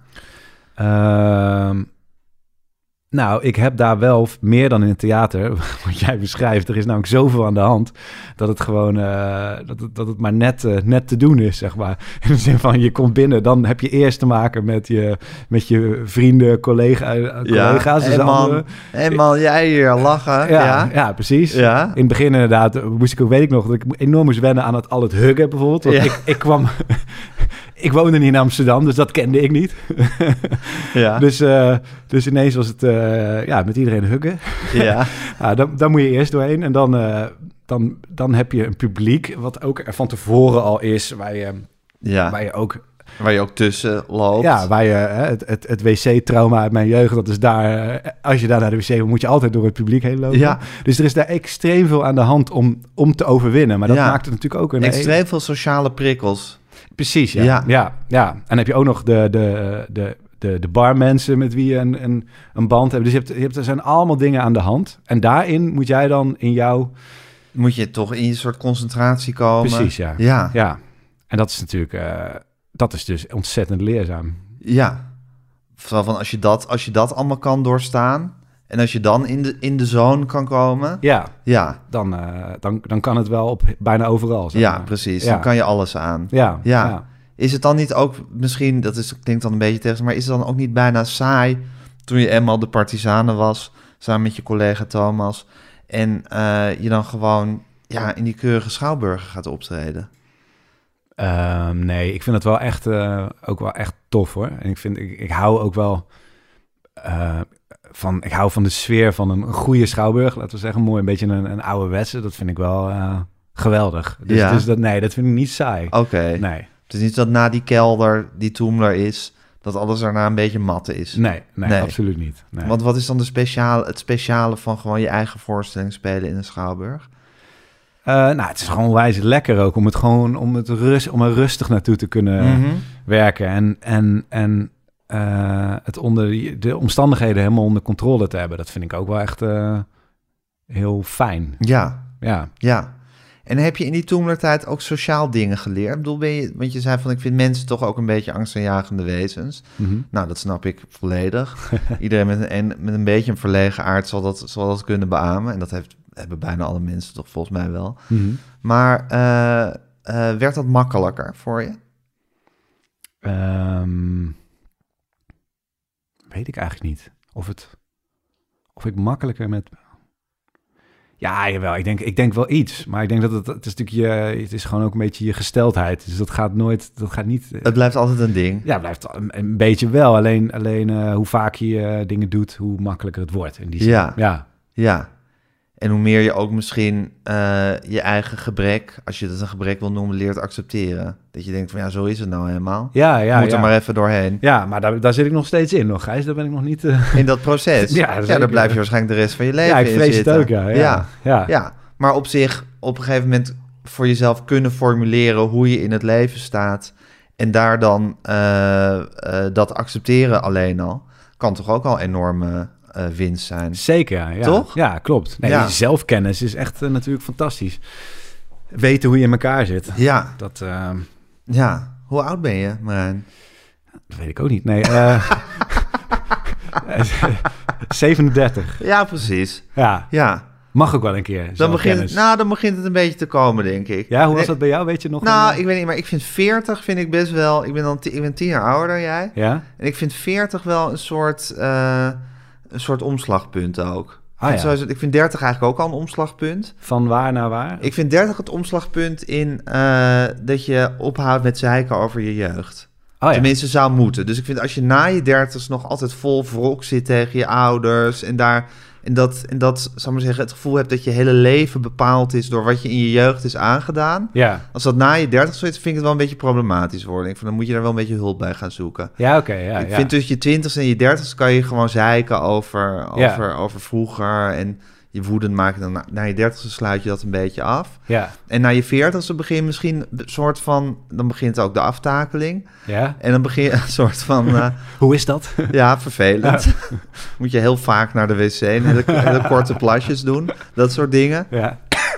Nou, ik heb daar wel meer dan in het theater, wat jij beschrijft. Er is namelijk zoveel aan de hand dat het gewoon dat het maar net te doen is, zeg maar. In de zin van, je komt binnen, dan heb je eerst te maken met je vrienden, collega's. En man, jij hier lachen. Ja, precies. Ja. In het begin inderdaad weet ik nog, dat ik enorm moest wennen aan al het huggen bijvoorbeeld. Want ik kwam... Ik woonde niet in Amsterdam, dus dat kende ik niet. Ja. Dus ineens was het met iedereen huggen. Ja. Dan moet je eerst doorheen. En dan heb je een publiek, wat ook er van tevoren al is, waar je ook tussen loopt. Ja, waar je het wc-trauma uit mijn jeugd, dat is daar. Als je daar naar de wc moet, moet je altijd door het publiek heen lopen. Ja. Dus er is daar extreem veel aan de hand om te overwinnen. Maar dat maakt het natuurlijk ook extreem veel sociale prikkels. Precies, ja. En heb je ook nog de barmensen met wie je een band hebt. Dus er zijn allemaal dingen aan de hand. En daarin moet jij dan moet je toch in je soort concentratie komen. Precies, ja. En dat is natuurlijk... dat is dus ontzettend leerzaam. Ja. Van als je dat allemaal kan doorstaan... En als je dan in de zone kan komen... Ja. Dan kan het wel op bijna overal. Zeg maar. Ja, precies. Dan kan je alles aan. Ja. Is het dan niet ook misschien... klinkt dan een beetje tegen... Maar is het dan ook niet bijna saai... toen je eenmaal de Partizanen was... samen met je collega Thomas... en je dan gewoon in die keurige Schouwburger gaat optreden? Nee, ik vind het wel echt... ook wel echt tof, hoor. En ik hou ook wel... ik hou van de sfeer van een goede Schouwburg, laten we zeggen. Mooi, een beetje een ouderwetse. Dat vind ik wel geweldig. Dus dat vind ik niet saai. Oké. Nee. Het is niet dat na die kelder die Toemler is... dat alles daarna een beetje matte is. Nee, absoluut niet. Nee. Want wat is dan het speciale van gewoon je eigen voorstelling spelen in een Schouwburg? Het is gewoon wijs lekker ook om er rustig naartoe te kunnen werken. En het onder de omstandigheden helemaal onder controle te hebben. Dat vind ik ook wel echt heel fijn. Ja. En heb je in die Toemlertijd ook sociaal dingen geleerd? Ik bedoel, want je zei van, ik vind mensen toch ook een beetje angstaanjagende wezens. Mm-hmm. Nou, dat snap ik volledig. Iedereen met een beetje een verlegen aard zal dat kunnen beamen. En dat hebben bijna alle mensen toch volgens mij wel. Mm-hmm. Maar werd dat makkelijker voor je? Weet ik eigenlijk niet. Of ik makkelijker met... Ja, jawel. Ik denk wel iets. Maar ik denk dat het is natuurlijk het is gewoon ook een beetje je gesteldheid. Dus dat gaat niet... Het blijft altijd een ding. Ja, het blijft een beetje wel. Alleen hoe vaak je dingen doet, hoe makkelijker het wordt. In die zin. Ja. En hoe meer je ook misschien je eigen gebrek, als je dat een gebrek wil noemen, leert accepteren. Dat je denkt van zo is het nou helemaal. Ja. Moet er maar even doorheen. Ja, maar daar zit ik nog steeds in nog, Gijs. Daar ben ik nog niet... In dat proces? Daar blijf je waarschijnlijk de rest van je leven in zitten. Ja, ik vrees het ook, ja. Maar op zich, op een gegeven moment voor jezelf kunnen formuleren hoe je in het leven staat en daar dan dat accepteren alleen al, kan toch ook al enorme... winst zijn. Zeker, ja. Toch? Ja, klopt. Zelfkennis is echt natuurlijk fantastisch. Weten hoe je in elkaar zit. Ja. Dat, Hoe oud ben je, Marijn? Dat weet ik ook niet. Nee, 37. Ja, precies. Ja. Mag ook wel een keer. Dan begint het een beetje te komen, denk ik. Ja, hoe was dat bij jou? Weet je nog? Ik weet niet, maar ik vind 40 best wel... Ik ben 10 jaar ouder dan jij. Ja? En ik vind 40 wel een soort omslagpunt ook. Ik vind 30 eigenlijk ook al een omslagpunt. Van waar naar waar? Ik vind 30 het omslagpunt in dat je ophoudt met zeiken over je jeugd. Tenminste, zou moeten. Dus ik vind als je na je 30's nog altijd vol wrok zit tegen je ouders en dat, zal maar zeggen, het gevoel hebt dat je hele leven bepaald is door wat je in je jeugd is aangedaan. Ja. Als dat na je 30 zoiets, vind ik het wel een beetje problematisch worden. Ik vind, dan moet je daar wel een beetje hulp bij gaan zoeken. Ja, oké. Ik vind tussen je 20's en je 30's kan je gewoon zeiken over vroeger en je woedend maken. Dan na je 30's sluit je dat een beetje af. Ja. En na je 40's begin misschien een soort van, dan begint ook de aftakeling. Ja. En dan begin je een soort van... Hoe is dat? Ja, vervelend. Ja. Moet je heel vaak naar de wc en hele korte plasjes doen. Dat soort dingen. Ja.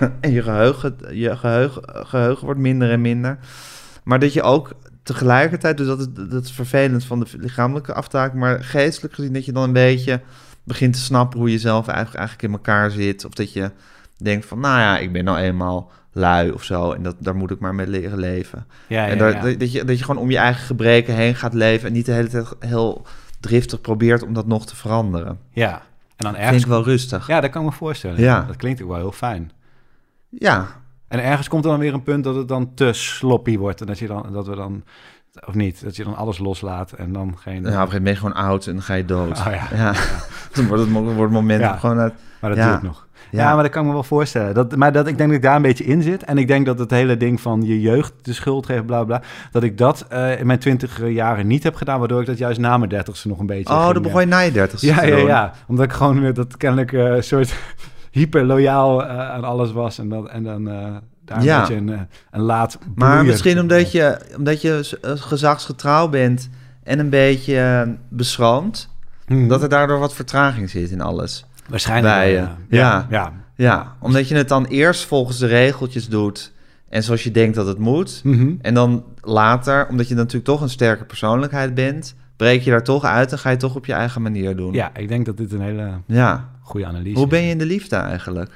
En je geheugen wordt minder en minder. Maar dat je ook tegelijkertijd, dus dat is vervelend van de lichamelijke aftaak, maar geestelijk gezien dat je dan een beetje begint te snappen hoe je zelf eigenlijk in elkaar zit. Of dat je denkt van, nou ja, ik ben nou eenmaal lui of zo. En daar moet ik maar mee leren leven. Dat je gewoon om je eigen gebreken heen gaat leven en niet de hele tijd heel driftig probeert om dat nog te veranderen. Ja, en dan ergens... Vind ik wel rustig. Ja, dat kan ik me voorstellen. Ja. Dat klinkt ook wel heel fijn. Ja. En ergens komt er dan weer een punt dat het dan te sloppy wordt. En dat we dan... Of niet, dat je dan alles loslaat en dan geen... Ja, op een gegeven moment ben je gewoon oud en dan ga je dood. Oh, ja. Ja. Dan wordt het moment gewoon uit... Maar dat duurt nog. Ja, maar dat kan ik me wel voorstellen. Ik denk dat ik daar een beetje in zit. En ik denk dat het hele ding van je jeugd de schuld geeft, bla bla, dat ik dat in mijn 20 jaren niet heb gedaan, waardoor ik dat juist na mijn 30ste nog een beetje... Oh, dan begon je na je 30ste. Ja. Omdat ik gewoon dat kennelijk een soort hyper loyaal aan alles was. En dan daar een beetje een laat... Maar misschien omdat je gezagsgetrouw bent en een beetje beschroomd, dat er daardoor wat vertraging zit in alles. Waarschijnlijk. Ja, omdat je het dan eerst volgens de regeltjes doet en zoals je denkt dat het moet. Mm-hmm. En dan later, omdat je natuurlijk toch een sterke persoonlijkheid bent, breek je daar toch uit en ga je toch op je eigen manier doen. Ja, ik denk dat dit een hele goede analyse is. Hoe ben je in de liefde eigenlijk?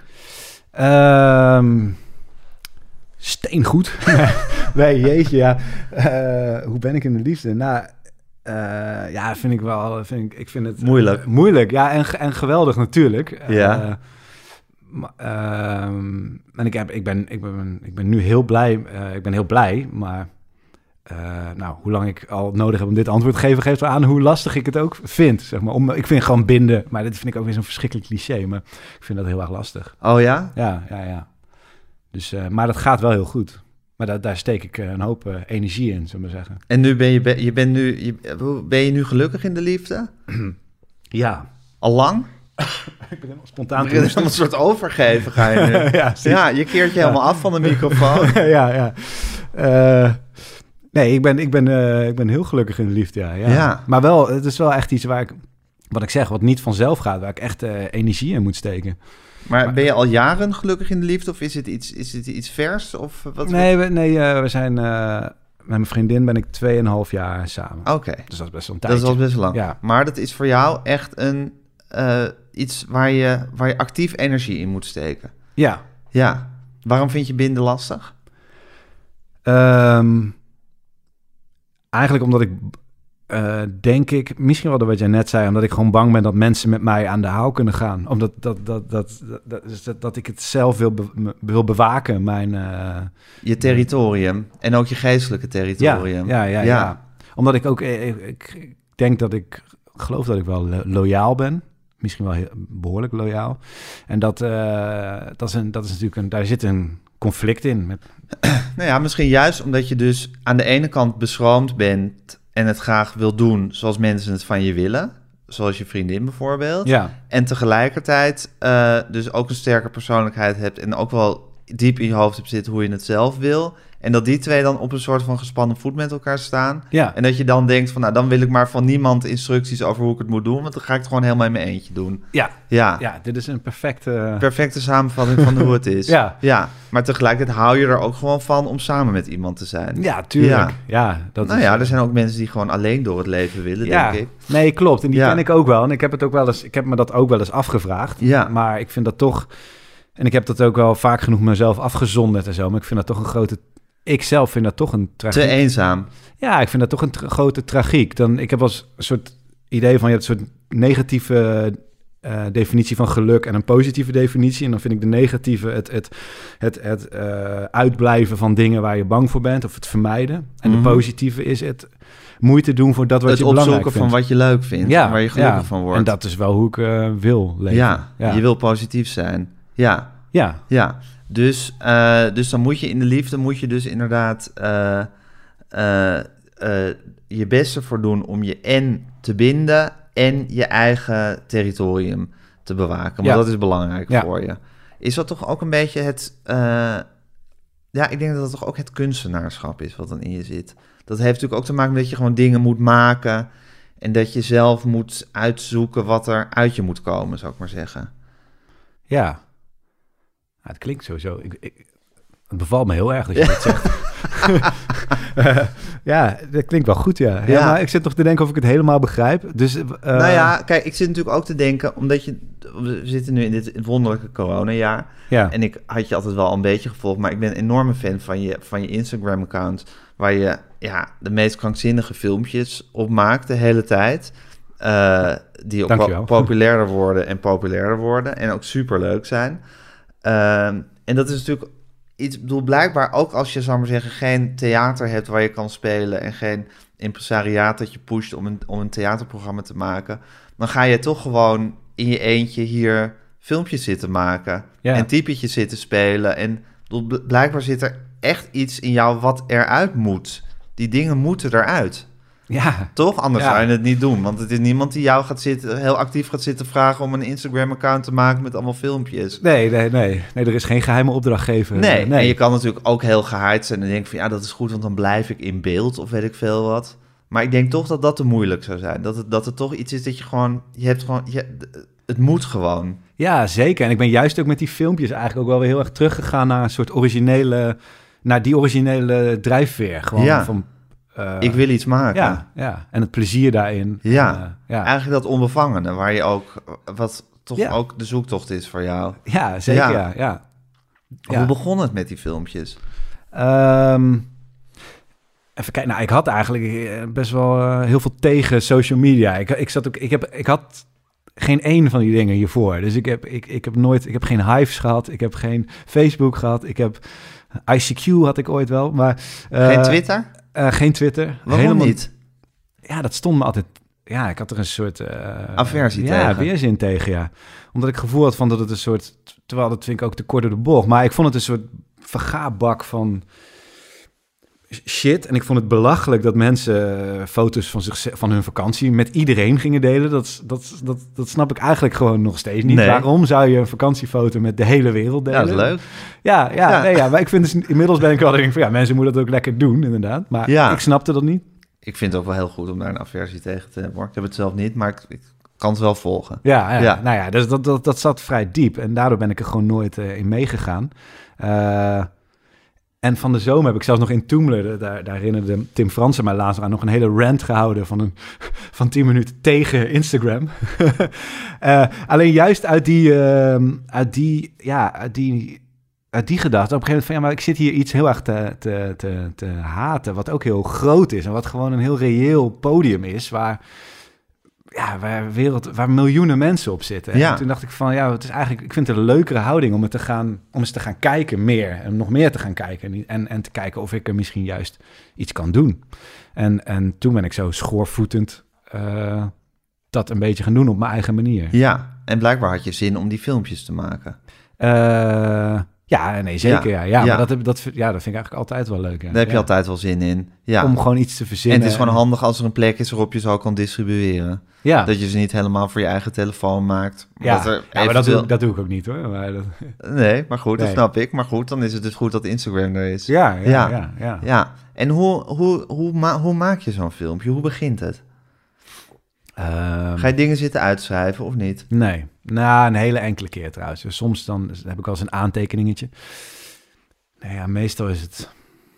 Steengoed. Nee, jeetje, ja. Hoe ben ik in de liefde? Nou... vind ik wel... Ik vind het moeilijk. Moeilijk, ja. En geweldig natuurlijk. Ja. En ik ben nu heel blij. Ik ben heel blij, maar... hoe lang ik al nodig heb om dit antwoord te geven, geeft wel aan hoe lastig ik het ook vind. Zeg maar. Ik vind gewoon binden, maar dit vind ik ook weer zo'n verschrikkelijk cliché, maar ik vind dat heel erg lastig. Oh ja? Ja. Dus, maar dat gaat wel heel goed. Maar daar steek ik een hoop energie in, zullen we zeggen. En nu ben je nu gelukkig in de liefde? Ja. Al lang? Ik ben helemaal spontaan. Je bent een soort overgeven, ga je nu. Ja, je keert je helemaal af van de microfoon. Ja. Nee, ik ben heel gelukkig in de liefde, ja. Maar wel, het is wel echt iets wat niet vanzelf gaat, waar ik echt energie in moet steken. Maar ben je al jaren gelukkig in de liefde of is het iets vers? Of wat? Nee, we zijn... met mijn vriendin ben ik 2,5 jaar samen. Oké. Dus dat is best wel een tijdje. Dat is al best lang. Ja. Maar dat is voor jou echt iets waar je actief energie in moet steken. Ja. Ja. Waarom vind je binden lastig? Eigenlijk omdat ik... denk ik, misschien wel wat jij net zei, omdat ik gewoon bang ben dat mensen met mij aan de haal kunnen gaan. Omdat dat ik het zelf wil bewaken, je territorium en ook je geestelijke territorium. Ja. Omdat ik ook, ik denk dat ik geloof dat ik wel loyaal ben. Misschien wel behoorlijk loyaal. En dat is natuurlijk daar zit een conflict in. Nou ja, misschien juist omdat je dus aan de ene kant beschroomd bent en het graag wil doen zoals mensen het van je willen. Zoals je vriendin bijvoorbeeld. Ja. En tegelijkertijd dus ook een sterke persoonlijkheid hebt en ook wel diep in je hoofd hebt zitten hoe je het zelf wil. En dat die twee dan op een soort van gespannen voet met elkaar staan. Ja. En dat je dan denkt van, nou, dan wil ik maar van niemand instructies over hoe ik het moet doen, want dan ga ik het gewoon helemaal in mijn eentje doen. Ja, dit is een perfecte samenvatting van hoe het is. Ja. Maar tegelijkertijd hou je er ook gewoon van om samen met iemand te zijn. Ja, tuurlijk. Er zijn ook mensen die gewoon alleen door het leven willen, denk ik. Nee, klopt. En die ken ik ook wel. En ik heb me dat ook wel eens afgevraagd. Ja. Maar ik vind dat toch... En ik heb dat ook wel vaak genoeg mezelf afgezonderd en zo. Maar ik vind dat toch een grote... Ik zelf vind dat toch een tragiek. Te eenzaam. Ja, ik vind dat toch een grote tragiek. Ik heb wel eens een soort idee van... Je hebt een soort negatieve definitie van geluk en een positieve definitie. En dan vind ik de negatieve het uitblijven van dingen waar je bang voor bent. Of het vermijden. En de positieve is het moeite doen voor dat wat je belangrijk vindt. Het opzoeken van wat je leuk vindt. Ja, waar je gelukkig van wordt. En dat is wel hoe ik wil leven. Ja, je wil positief zijn. Ja. Dus dan moet je in de liefde dus inderdaad je best ervoor doen om je en te binden en je eigen territorium te bewaken. Want dat is belangrijk voor je. Is dat toch ook een beetje het... ik denk dat dat toch ook het kunstenaarschap is wat dan in je zit. Dat heeft natuurlijk ook te maken met dat je gewoon dingen moet maken en dat je zelf moet uitzoeken wat er uit je moet komen, zou ik maar zeggen. Ja. Het klinkt sowieso... Het bevalt me heel erg dat je dat zegt. Ja, dat klinkt wel goed, ja. Ja. Maar ik zit toch te denken of ik het helemaal begrijp. Dus, Nou ja, kijk, ik zit natuurlijk ook te denken... omdat we zitten nu in dit wonderlijke coronajaar... Ja. En ik had je altijd wel een beetje gevolgd... maar ik ben een enorme fan van je Instagram-account... waar je de meest krankzinnige filmpjes op maakt de hele tijd... die ook populairder worden... en ook superleuk zijn. En dat is natuurlijk... Ik bedoel, blijkbaar ook als je, zou maar zeggen, geen theater hebt waar je kan spelen en geen impresariaat dat je pusht om een theaterprogramma te maken, dan ga je toch gewoon in je eentje hier filmpjes zitten maken en typetjes zitten spelen. En bedoel, blijkbaar zit er echt iets in jou wat eruit moet. Die dingen moeten eruit. Ja. Toch? Anders zou je het niet doen. Want het is niemand die jou heel actief gaat zitten vragen om een Instagram-account te maken met allemaal filmpjes. Nee, er is geen geheime opdrachtgever. Nee, en je kan natuurlijk ook heel gehyped zijn en denken van dat is goed, want dan blijf ik in beeld of weet ik veel wat. Maar ik denk toch dat dat te moeilijk zou zijn. Dat het toch iets is dat het moet gewoon. Ja, zeker. En ik ben juist ook met die filmpjes eigenlijk ook wel weer heel erg teruggegaan naar een soort originele drijfveer. Gewoon van... ik wil iets maken. Ja, en het plezier daarin. Ja, eigenlijk dat onbevangene, waar je ook, wat toch ook de zoektocht is voor jou. Ja, zeker, ja. Hoe begon het met die filmpjes? Even kijken, ik had eigenlijk best wel heel veel tegen social media. Ik had geen één van die dingen hiervoor. Dus ik heb geen Hives gehad, ik heb geen Facebook gehad, ik heb ICQ had ik ooit wel, maar... geen Twitter? Geen Twitter. Waarom niet? Ja, dat stond me altijd... Ja, ik had er een soort... aversie tegen. Ja, weerzin tegen, ja. Omdat ik het gevoel had van dat het een soort... Terwijl dat vind ik ook te kort door de bocht. Maar ik vond het een soort vergaarbak van shit. En ik vond het belachelijk dat mensen foto's van hun vakantie met iedereen gingen delen. Dat snap ik eigenlijk gewoon nog steeds niet. Nee. Waarom zou je een vakantiefoto met de hele wereld delen? Ja, dat is leuk. Ja, maar ik vind dus, inmiddels ben ik wel denk van mensen moeten dat ook lekker doen, inderdaad. Maar ik snapte dat niet. Ik vind het ook wel heel goed om daar een aversie tegen te hebben. Ik heb het zelf niet, maar ik kan het wel volgen. Ja. Nou ja, dus dat zat vrij diep. En daardoor ben ik er gewoon nooit in meegegaan. En van de zomer heb ik zelfs nog in Toomler, daar herinnerde Tim Fransen mij laatst aan, nog een hele rant gehouden van 10 minuten tegen Instagram. Alleen juist uit die gedachte, op een gegeven moment van maar ik zit hier iets heel erg te haten, wat ook heel groot is en wat gewoon een heel reëel podium is, waar miljoenen mensen op zitten. En toen dacht ik van, het is eigenlijk, ik vind het een leukere houding om eens te gaan kijken meer en nog meer te gaan kijken en te kijken of ik er misschien juist iets kan doen. En toen ben ik zo schoorvoetend dat een beetje gaan doen op mijn eigen manier. Ja, en blijkbaar had je zin om die filmpjes te maken. Ja, nee, zeker. Ja. Maar dat vind ik eigenlijk altijd wel leuk. Ja. Daar heb je altijd wel zin in. Ja. Om gewoon iets te verzinnen. En het is gewoon handig als er een plek is waarop je ze ook kan distribueren. Ja. Dat je ze niet helemaal voor je eigen telefoon maakt. Maar dat doe ik ook niet hoor. Maar nee, maar goed, dat snap ik. Maar goed, dan is het dus goed dat Instagram er is. Ja. En hoe maak je zo'n filmpje? Hoe begint het? Ga je dingen zitten uitschrijven of niet? Nee, een hele enkele keer trouwens. Dus soms dan heb ik wel eens een aantekeningetje. Meestal is het...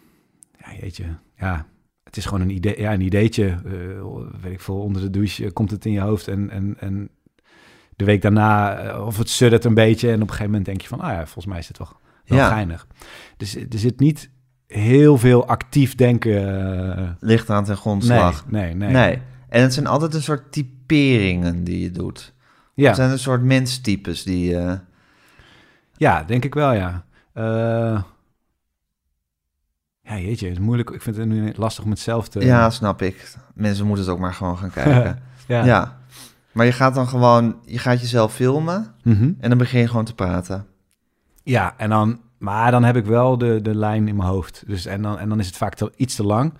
het is gewoon een ideetje. Weet ik veel, onder de douche komt het in je hoofd en de week daarna, of het suddert een beetje en op een gegeven moment denk je van, volgens mij is het wel geinig. Dus er zit niet heel veel actief denken. Ligt aan ten grondslag. Nee. En het zijn altijd een soort typeringen die je doet. Ja. Het zijn een soort menstypes die... Ja, denk ik wel, ja. Het is moeilijk. Ik vind het nu lastig om het zelf te... Ja, snap ik. Mensen moeten het ook maar gewoon gaan kijken. Ja. Maar je gaat dan gewoon... Je gaat jezelf filmen en dan begin je gewoon te praten. Ja, en dan... Maar dan heb ik wel de lijn in mijn hoofd. Dus, en dan is het vaak iets te lang...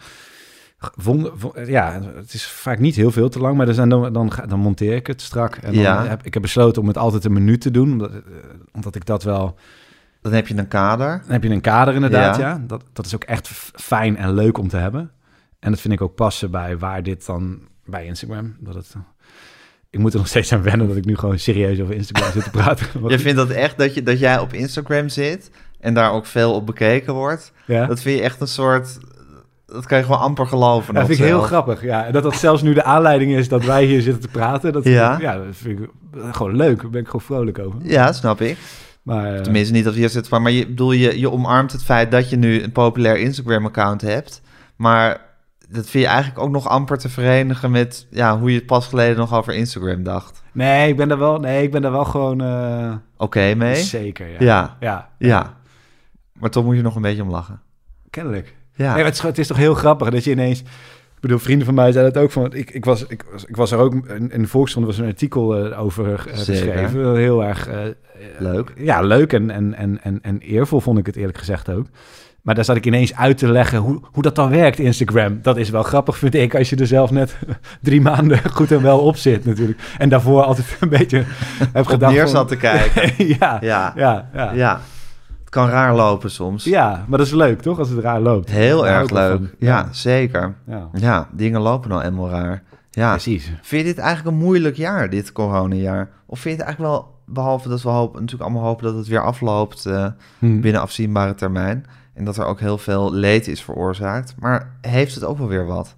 het is vaak niet heel veel te lang, maar dan monteer ik het strak. En dan heb ik besloten om het altijd een minuut te doen, omdat ik dat wel... Dan heb je een kader. Dan heb je een kader inderdaad, ja. Dat is ook echt fijn en leuk om te hebben. En dat vind ik ook passen bij waar dit dan... Bij Instagram. ik moet er nog steeds aan wennen dat ik nu gewoon serieus over Instagram zit te praten. Je vindt dat echt dat jij op Instagram zit en daar ook veel op bekeken wordt? Ja? Dat vind je echt een soort... Dat kan je gewoon amper geloven. Dat vind ik heel grappig, ja. En dat zelfs nu de aanleiding is dat wij hier zitten te praten. Dat vind ik gewoon leuk. Daar ben ik gewoon vrolijk over. Ja, snap ik. Maar, tenminste, niet dat hier zit, maar je omarmt het feit dat je nu een populair Instagram-account hebt. Maar dat vind je eigenlijk ook nog amper te verenigen met hoe je pas geleden nog over Instagram dacht. Nee, ik ben daar wel gewoon... Oké mee? Zeker, ja. Ja. Maar toch moet je nog een beetje om lachen. Kennelijk. Ja. Nee, het is toch heel grappig dat je ineens... Ik bedoel, vrienden van mij zeiden het ook van... Ik was er ook... In de Volkskrant was een artikel over geschreven. Heel erg... leuk. Ja, leuk en eervol vond ik het eerlijk gezegd ook. Maar daar zat ik ineens uit te leggen hoe dat dan werkt, Instagram. Dat is wel grappig, vind ik, als je er zelf net 3 maanden goed en wel op zit natuurlijk. En daarvoor altijd een beetje heb gedacht... neer zat te kijken. Ja. Het kan raar lopen soms. Ja, maar dat is leuk, toch? Als het raar loopt. Heel erg leuk. Ja, zeker. Ja, dingen lopen nou eenmaal raar. Ja, precies. Vind je dit eigenlijk een moeilijk jaar, dit coronajaar? Of vind je het eigenlijk wel, behalve dat we natuurlijk allemaal hopen dat het weer afloopt binnen afzienbare termijn... en dat er ook heel veel leed is veroorzaakt, maar heeft het ook wel weer wat?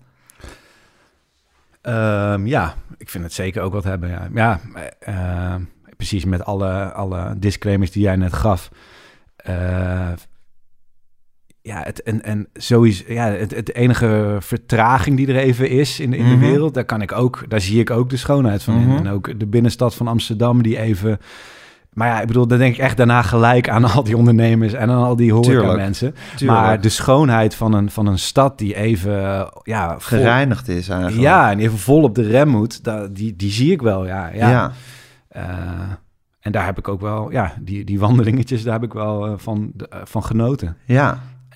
Ja, ik vind het zeker ook wat hebben, ja. Precies, met alle disclaimers die jij net gaf... het enige vertraging die er even is in de wereld, daar zie ik ook de schoonheid van in. En ook de binnenstad van Amsterdam die even... Maar ja, ik bedoel, dan denk ik echt daarna gelijk aan al die ondernemers en aan al die horeca-mensen. Maar de schoonheid van een stad die even... gereinigd is eigenlijk. Ja, en even vol op de rem moet, die zie ik wel, ja. En daar heb ik ook wel, die wandelingetjes, daar heb ik wel van genoten. Ja.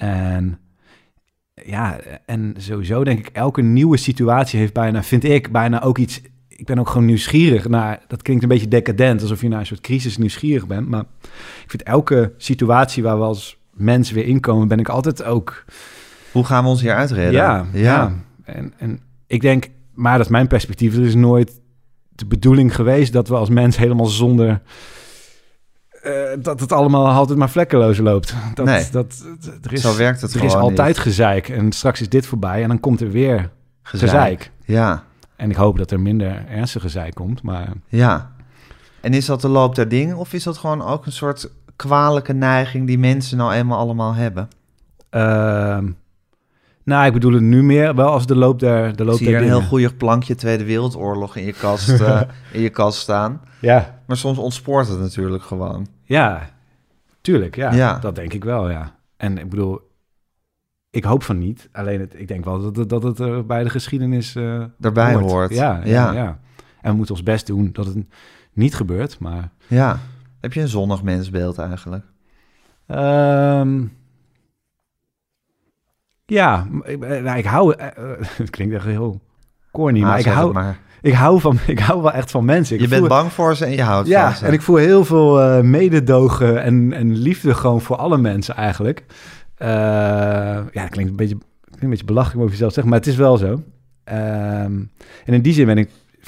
En sowieso denk ik, elke nieuwe situatie heeft bijna ook iets... Ik ben ook gewoon nieuwsgierig naar... Dat klinkt een beetje decadent, alsof je naar een soort crisis nieuwsgierig bent. Maar ik vind elke situatie waar we als mens weer inkomen, ben ik altijd ook... Hoe gaan we ons hier uitreden? Ja. En ik denk, maar dat is mijn perspectief, er is nooit de bedoeling geweest dat we als mens helemaal zonder... dat het allemaal altijd maar vlekkeloos loopt. Zo werkt het er gewoon is altijd niet. Gezeik en straks is dit voorbij en dan komt er weer gezeik. Ja. En ik hoop dat er minder ernstige gezeik komt, maar... Ja. En is dat de loop der dingen of is dat gewoon ook een soort kwalijke neiging die mensen nou eenmaal allemaal hebben? Ik bedoel het nu meer wel als de loop der dingen. Zie je een heel goeie plankje Tweede Wereldoorlog in je kast staan. Ja. Maar soms ontspoort het natuurlijk gewoon. Ja, tuurlijk. Ja. Dat denk ik wel, ja. En ik bedoel, ik hoop van niet. Alleen ik denk wel dat het bij de geschiedenis daarbij hoort. Ja. En we moeten ons best doen dat het niet gebeurt, maar... Ja. Heb je een zonnig mensbeeld eigenlijk? Ik hou... het klinkt echt heel corny, maar ik hou wel echt van mensen. Je bent bang voor ze en je houdt van ze. Ja, en ik voel heel veel mededogen en liefde gewoon voor alle mensen eigenlijk. Het klinkt een beetje belachelijk over jezelf zeggen, maar het is wel zo. En in die zin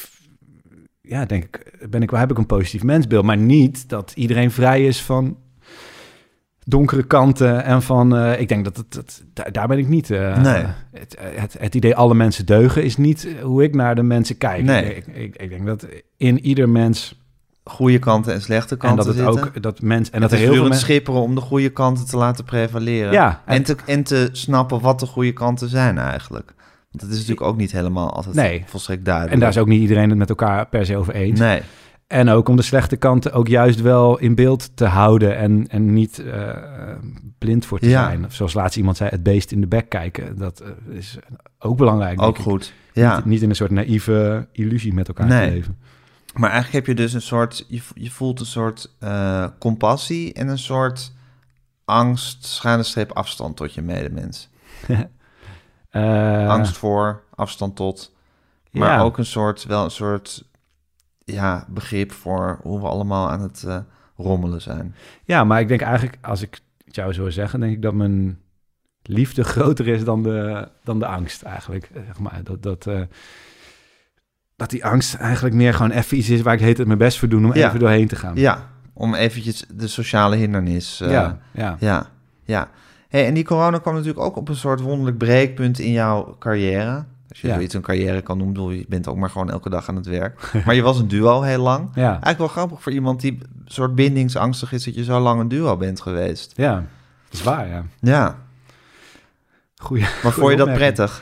heb ik een positief mensbeeld, maar niet dat iedereen vrij is van donkere kanten en van... ik denk daar ben ik niet... nee. Het idee alle mensen deugen is niet hoe ik naar de mensen kijk. Nee. Ik denk dat in ieder mens... goede kanten en slechte kanten en dat het zitten. ook dat mens en het dat is er heel veel schipperen om de goede kanten te laten prevaleren. Ja, en te snappen wat de goede kanten zijn eigenlijk. Want het is natuurlijk ook niet helemaal altijd volstrekt duidelijk. En daar is ook niet iedereen het met elkaar per se over eens. Nee. En ook om de slechte kanten ook juist wel in beeld te houden en niet blind voor te zijn. Of zoals laatst iemand zei, het beest in de bek kijken. Dat is ook belangrijk. Ook goed, ja. Niet in een soort naïeve illusie met elkaar te leven. Maar eigenlijk heb je dus een soort... Je voelt een soort compassie en een soort angst, / afstand tot je medemens. Angst voor, afstand tot. Maar ook een soort begrip voor hoe we allemaal aan het rommelen zijn. Ja, maar ik denk eigenlijk, als ik het jou zo zeggen, denk ik dat mijn liefde groter is dan de angst eigenlijk. Zeg maar. dat die angst eigenlijk meer gewoon even iets is waar ik de hele tijd mijn best voor doe om even doorheen te gaan. Ja, om eventjes de sociale hindernis. Ja. Hey, en die corona kwam natuurlijk ook op een soort wonderlijk breekpunt in jouw carrière. Als je zoiets een carrière kan noemen, bedoel, je bent ook maar gewoon elke dag aan het werk. Maar je was een duo heel lang. Ja. Eigenlijk wel grappig voor iemand die soort bindingsangstig is, dat je zo lang een duo bent geweest. Ja, dat is waar, ja. Ja. Goeie. Maar vond je dat prettig?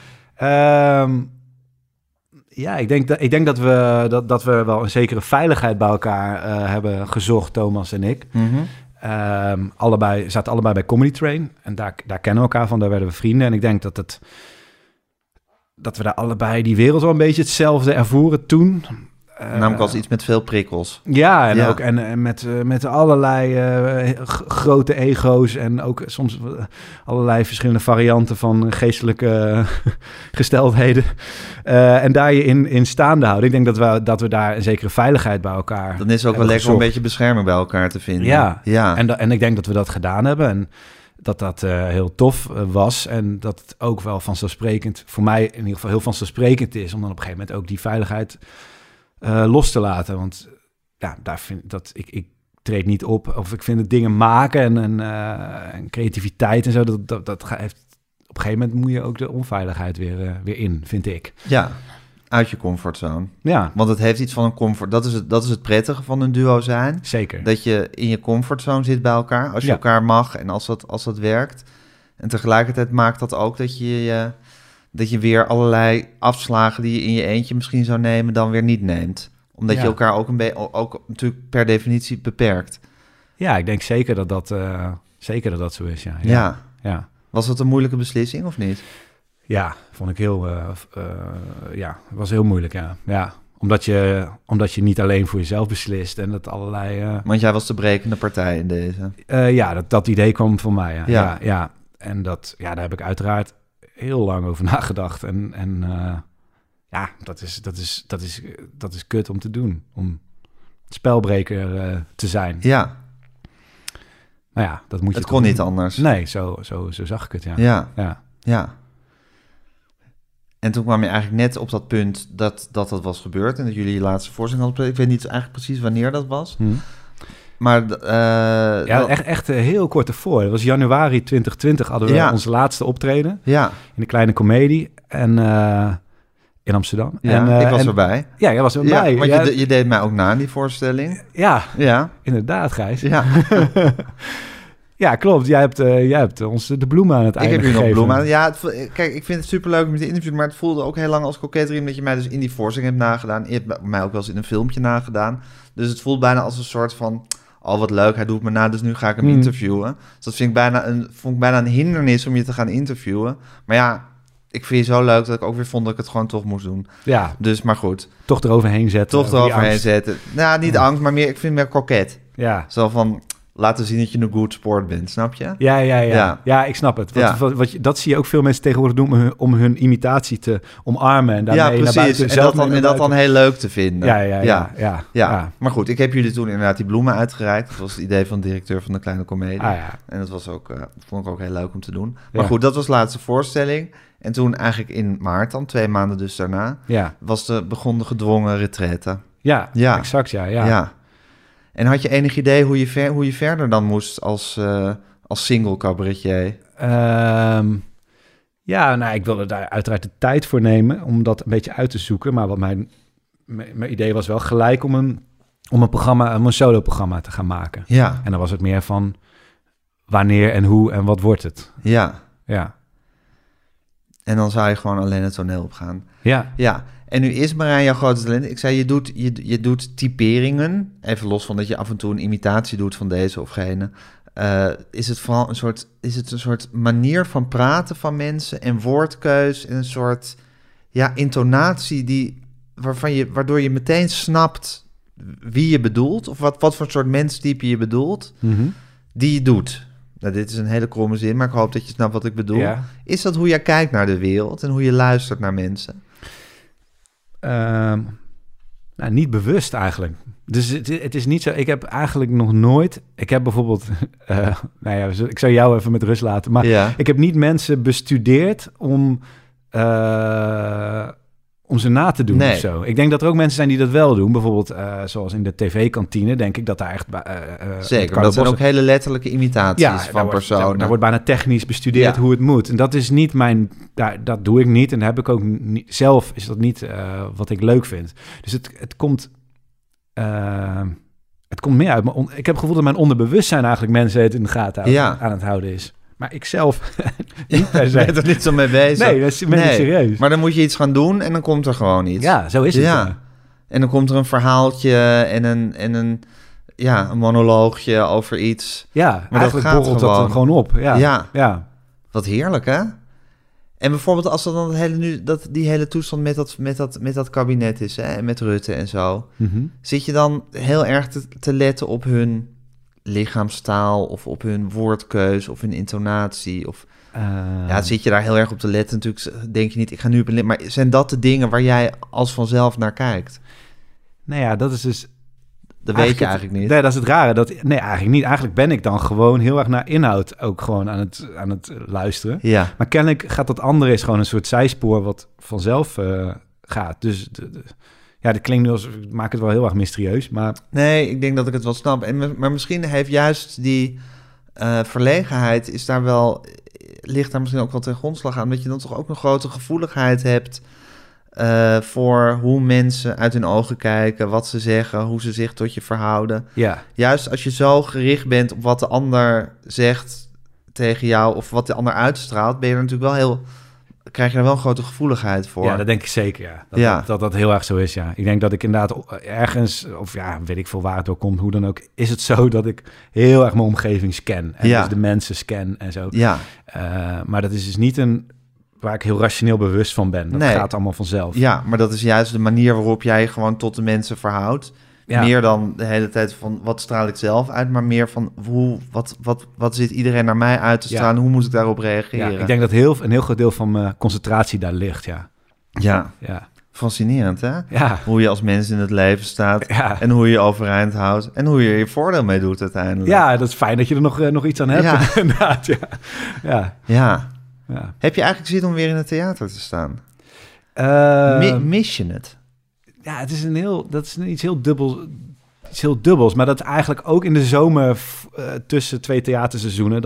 Ja, ik denk dat we wel een zekere veiligheid bij elkaar hebben gezocht, Thomas en ik. Mm-hmm. Zaten allebei bij Comedy Train. En daar kennen we elkaar van, daar werden we vrienden. En ik denk dat we daar allebei die wereld wel een beetje hetzelfde ervoeren toen. Namelijk als iets met veel prikkels. Ja, en ook met allerlei grote ego's en ook soms allerlei verschillende varianten van geestelijke gesteldheden. En daar je in staande houden. Ik denk dat we daar een zekere veiligheid bij elkaar. Dan is het ook wel lekker om een beetje bescherming bij elkaar te vinden. Ja. En ik denk dat we dat gedaan hebben en dat heel tof was. En dat het ook wel vanzelfsprekend, voor mij in ieder geval heel vanzelfsprekend is, om dan op een gegeven moment ook die veiligheid los te laten. Want ja, ik treed niet op. Of ik vind het dingen maken en creativiteit en zo. Dat heeft, op een gegeven moment moet je ook de onveiligheid weer in, vind ik. Ja, uit je comfortzone. Ja. Want het heeft iets van een comfort. Dat is het prettige van een duo zijn. Zeker. Dat je in je comfortzone zit bij elkaar. Als je elkaar mag en als dat werkt. En tegelijkertijd maakt dat ook dat je weer allerlei afslagen die je in je eentje misschien zou nemen, dan weer niet neemt. Omdat je elkaar ook natuurlijk per definitie beperkt. Ja, ik denk zeker dat dat zo is, ja. Was dat een moeilijke beslissing of niet? Ja, vond ik heel... het was heel moeilijk, ja. Omdat je niet alleen voor jezelf beslist en dat allerlei... Want jij was de brekende partij in deze. Dat idee kwam van mij, ja. En daar heb ik uiteraard heel lang over nagedacht. Dat is kut om te doen. Om spelbreker te zijn. Ja. Nou ja, dat moet je. Het kon niet anders. Nee, zo zag ik het, Ja. En toen kwam je eigenlijk net op dat punt dat was gebeurd en dat jullie je laatste voorstelling hadden. Ik weet niet eigenlijk precies wanneer dat was. Maar echt heel kort ervoor. Dat was januari 2020 hadden we onze laatste optreden. Ja. In de Kleine Comedie en in Amsterdam. Ja, ik was erbij. Ja, jij was erbij. Ja, want je deed mij ook na in die voorstelling. Ja. Inderdaad, Gijs. Ja. Ja, klopt. Jij hebt ons de bloemen aan het einde gegeven. Ik heb je nog bloemen aan. Ja, kijk, ik vind het superleuk met de interview, maar het voelde ook heel lang als coquetterie, omdat je mij dus in die voorstelling hebt nagedaan. Je hebt mij ook wel eens in een filmpje nagedaan. Dus het voelt bijna als een soort van, wat leuk, hij doet me na, dus nu ga ik hem interviewen. Dus dat vond ik bijna een hindernis om je te gaan interviewen. Maar ja, ik vind je zo leuk dat ik ook weer vond dat ik het gewoon toch moest doen. Ja. Dus, maar goed. Toch eroverheen zetten. Nou, niet angst, maar meer, ik vind het meer koket. Ja. Zo van, laten zien dat je een good sport bent, snap je? Ja. Ja, ik snap het. Dat zie je ook veel mensen tegenwoordig doen om hun imitatie te omarmen. En daarmee naar buiten, en dat dan heel leuk te vinden. Ja. Maar goed, ik heb jullie toen inderdaad die bloemen uitgereikt. Dat was het idee van de directeur van de Kleine Comedie. En dat was ook, vond ik ook heel leuk om te doen. Maar goed, dat was de laatste voorstelling. En toen eigenlijk in maart dan, 2 maanden dus daarna, begon de gedwongen retraite. Ja, exact, ja. En had je enig idee hoe je verder dan moest als single cabaretier? Ik wilde daar uiteraard de tijd voor nemen om dat een beetje uit te zoeken. Maar wat mijn idee was wel gelijk om een solo-programma te gaan maken. Ja. En dan was het meer van wanneer en hoe en wat wordt het. Ja. Ja. En dan zou je gewoon alleen het toneel opgaan. Ja. En nu is Marijn jouw grote talent. Ik zei, je doet typeringen. Even los van dat je af en toe een imitatie doet van deze of gene. Is het vooral een soort manier van praten van mensen en woordkeus en een soort intonatie waardoor je meteen snapt wie je bedoelt of wat voor soort menstype je bedoelt, die je doet. Nou, dit is een hele kromme zin, maar ik hoop dat je snapt wat ik bedoel. Ja. Is dat hoe jij kijkt naar de wereld en hoe je luistert naar mensen? Niet bewust eigenlijk. Dus het is niet zo. Ik heb eigenlijk nog nooit. Ik heb bijvoorbeeld. Ik zou jou even met rust laten. Maar ik heb niet mensen bestudeerd om om ze na te doen Nee. of zo. Ik denk dat er ook mensen zijn die dat wel doen. Bijvoorbeeld zoals in de tv-kantine, denk ik dat daar echt... Zeker, maar dat zijn ook hele letterlijke imitaties van personen. Daar wordt bijna technisch bestudeerd hoe het moet. En dat is niet mijn... Dat doe ik niet en heb ik ook niet... Zelf is dat niet wat ik leuk vind. Dus het komt... het komt meer uit. Ik heb het gevoel dat mijn onderbewustzijn eigenlijk mensen het in de gaten aan het houden is. Maar ik zelf niet per se. Ben je er niet zo mee bezig? Nee, dat is niet serieus. Maar dan moet je iets gaan doen en dan komt er gewoon iets. Ja, zo is het. Ja. En dan komt er een verhaaltje en een monoloogje over iets. Ja, maar eigenlijk dat borrelt gaat dat er gewoon op. Ja. Wat heerlijk, hè? En bijvoorbeeld als er dan die hele toestand met dat kabinet is, hè, en met Rutte en zo. Mm-hmm. Zit je dan heel erg te letten op hun lichaamstaal of op hun woordkeus of hun intonatie? Of zit je daar heel erg op te letten? Natuurlijk denk je niet, ik ga nu... Maar zijn dat de dingen waar jij als vanzelf naar kijkt? Nou ja, dat is dus... Dat weet je eigenlijk niet. Nee, dat is het rare. Nee, eigenlijk niet. Eigenlijk ben ik dan gewoon heel erg naar inhoud ook gewoon aan het luisteren. Ja. Maar kennelijk gaat dat andere is gewoon een soort zijspoor wat vanzelf gaat. Dus dat klinkt nu als... Ik maak het wel heel erg mysterieus, maar... Nee, ik denk dat ik het wel snap. Maar misschien heeft juist die verlegenheid ligt daar misschien ook wel ten grondslag aan, dat je dan toch ook een grote gevoeligheid hebt voor hoe mensen uit hun ogen kijken, wat ze zeggen, hoe ze zich tot je verhouden. Ja. Juist als je zo gericht bent op wat de ander zegt tegen jou of wat de ander uitstraalt, ben je er natuurlijk wel krijg je er wel een grote gevoeligheid voor. Ja, dat denk ik zeker, ja. Dat heel erg zo is, ja. Ik denk dat ik inderdaad ergens, of weet ik veel waar het door komt, hoe dan ook, is het zo dat ik heel erg mijn omgeving scan. En dus de mensen scan en zo. Ja. Maar dat is dus niet waar ik heel rationeel bewust van ben. Dat gaat allemaal vanzelf. Ja, maar dat is juist de manier waarop jij je gewoon tot de mensen verhoudt. Ja. Meer dan de hele tijd van wat straal ik zelf uit, maar meer van wat zit iedereen naar mij uit te stralen, hoe moet ik daarop reageren? Ja, ik denk dat een heel groot deel van mijn concentratie daar ligt, ja. Ja. Fascinerend, hè? Ja. Hoe je als mens in het leven staat en hoe je je overeind houdt en hoe je je voordeel mee doet uiteindelijk. Ja, dat is fijn dat je er nog iets aan hebt. Ja. Inderdaad, Ja. Heb je eigenlijk zin om weer in het theater te staan? Mis je het? Ja, dat is iets heel dubbels. Maar dat eigenlijk ook in de zomer tussen 2 theaterseizoenen,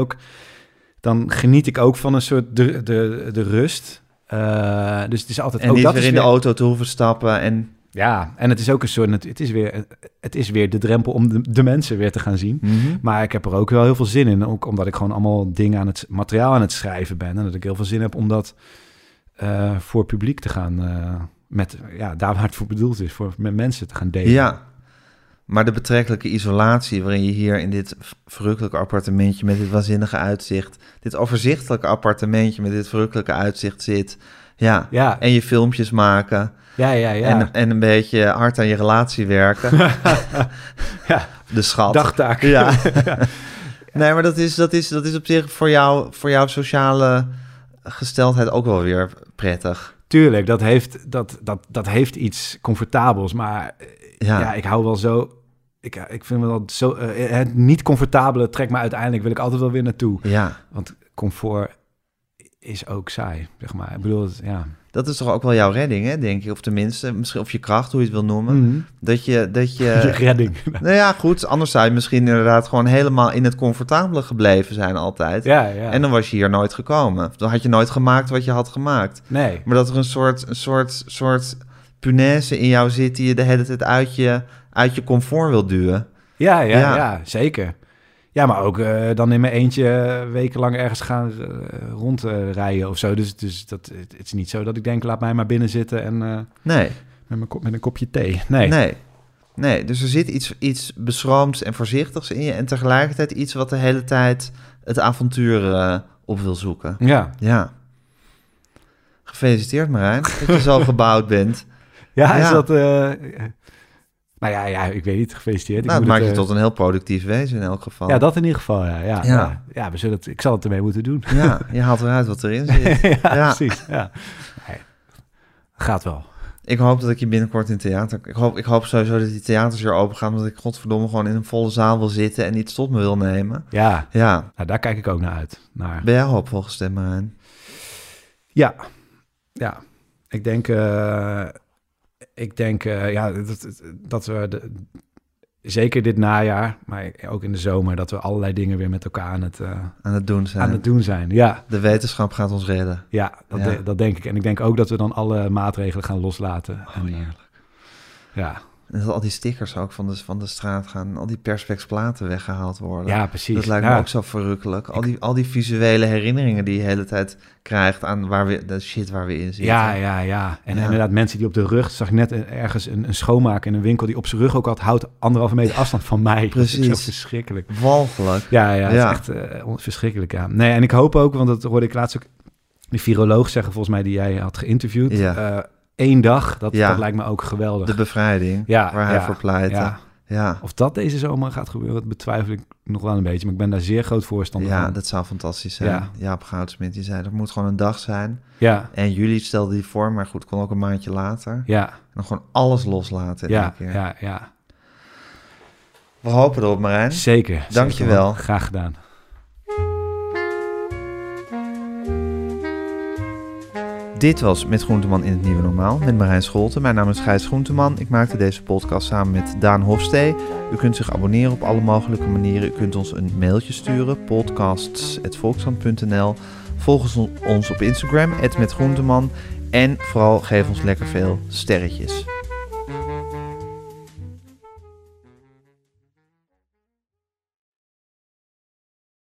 dan geniet ik ook van een soort de rust. Dus het is altijd en ook niet dat weer in de auto te hoeven stappen en... Ja, en het is ook een soort... Het is weer de drempel om de mensen weer te gaan zien. Mm-hmm. Maar ik heb er ook wel heel veel zin in. Ook omdat ik gewoon allemaal dingen materiaal aan het schrijven ben. En dat ik heel veel zin heb om dat voor publiek te gaan... daar waar het voor bedoeld is. Met mensen te gaan delen. Ja, maar de betrekkelijke isolatie waarin je hier in dit verrukkelijke appartementje met dit waanzinnige uitzicht... dit overzichtelijke appartementje met dit verrukkelijke uitzicht zit... Ja. En je filmpjes maken... Ja. En een beetje hard aan je relatie werken. Ja. De schat. Dagtaak. Ja. Nee, maar dat is op zich voor jouw sociale gesteldheid ook wel weer prettig. Tuurlijk, dat heeft iets comfortabels. Maar ik hou wel zo... Ik vind wel zo... het niet comfortabele trekt me uiteindelijk... wil ik altijd wel weer naartoe. Ja. Want comfort is ook saai, zeg maar. Ik bedoel, Dat is toch ook wel jouw redding, hè, denk ik. Of tenminste, misschien of je kracht, hoe je het wil noemen. Mm-hmm. Dat je... Je redding. Nou ja, goed. Anders zou je misschien inderdaad gewoon helemaal in het comfortabele gebleven zijn altijd. Ja. En dan was je hier nooit gekomen. Dan had je nooit gemaakt wat je had gemaakt. Nee. Maar dat er een soort punaise in jou zit die je de hele tijd uit je comfort wil duwen. Ja, zeker. Ja, maar ook dan in mijn eentje wekenlang ergens gaan rondrijden of zo. Dus het is niet zo dat ik denk, laat mij maar binnen zitten en nee. met een kopje thee. Nee, dus er zit iets beschroomds en voorzichtigs in je en tegelijkertijd iets wat de hele tijd het avontuur op wil zoeken. Ja. Gefeliciteerd Marijn, dat je zo gebouwd bent. Ja, is dat... Nou ja, ik weet niet, gefeliciteerd. Nou, het maakt je tot een heel productief wezen in elk geval. Ja, dat in ieder geval, ja. Ik zal het ermee moeten doen. Ja, je haalt eruit wat erin zit. ja, precies. Ja. Nee, gaat wel. Ik hoop dat ik je binnenkort in theater... Ik hoop sowieso dat die theaters weer open gaan, omdat ik godverdomme gewoon in een volle zaal wil zitten en iets tot me wil nemen. Ja. Nou, daar kijk ik ook naar uit. Ben jij hoopvol gestemd, Marijn? Ja. Ik denk dat we zeker dit najaar, maar ook in de zomer, dat we allerlei dingen weer met elkaar aan het doen zijn. Ja. De wetenschap gaat ons redden. Ja, dat denk ik. En ik denk ook dat we dan alle maatregelen gaan loslaten. Heerlijk. Ja. En dat al die stickers ook van de straat gaan, al die perspex-platen weggehaald worden. Ja, precies. Dat lijkt me ook zo verrukkelijk. Al die visuele herinneringen die je de hele tijd krijgt aan de shit waar we in zitten. Ja. En inderdaad, mensen die op de rug, zag ik net ergens een schoonmaker in een winkel die op zijn rug ook had, houdt 1,5 meter afstand van mij. Precies. Dat is zo verschrikkelijk. Walgelijk. Ja. Het is echt verschrikkelijk, ja. Nee, en ik hoop ook, want dat hoorde ik laatst ook die viroloog zeggen, volgens mij, die jij had geïnterviewd. Ja. 1 dag, dat lijkt me ook geweldig. De bevrijding, waar hij voor pleitte. Ja. Of dat deze zomer gaat gebeuren, dat betwijfel ik nog wel een beetje. Maar ik ben daar zeer groot voorstander van. Ja, dat zou fantastisch zijn. Ja. Jaap Goudsmit, die zei, er moet gewoon een dag zijn. Ja. En juli stelde die voor, maar goed, kon ook een maandje later. Ja. En dan gewoon alles loslaten in één keer. Ja. We hopen erop, Marijn. Zeker. Dank je wel. Graag gedaan. Dit was Met Groenteman in het Nieuwe Normaal met Marijn Scholten. Mijn naam is Gijs Groenteman. Ik maakte deze podcast samen met Daan Hofstee. U kunt zich abonneren op alle mogelijke manieren. U kunt ons een mailtje sturen, podcasts@volkskrant.nl. Volg ons op Instagram, @metgroenteman. En vooral geef ons lekker veel sterretjes.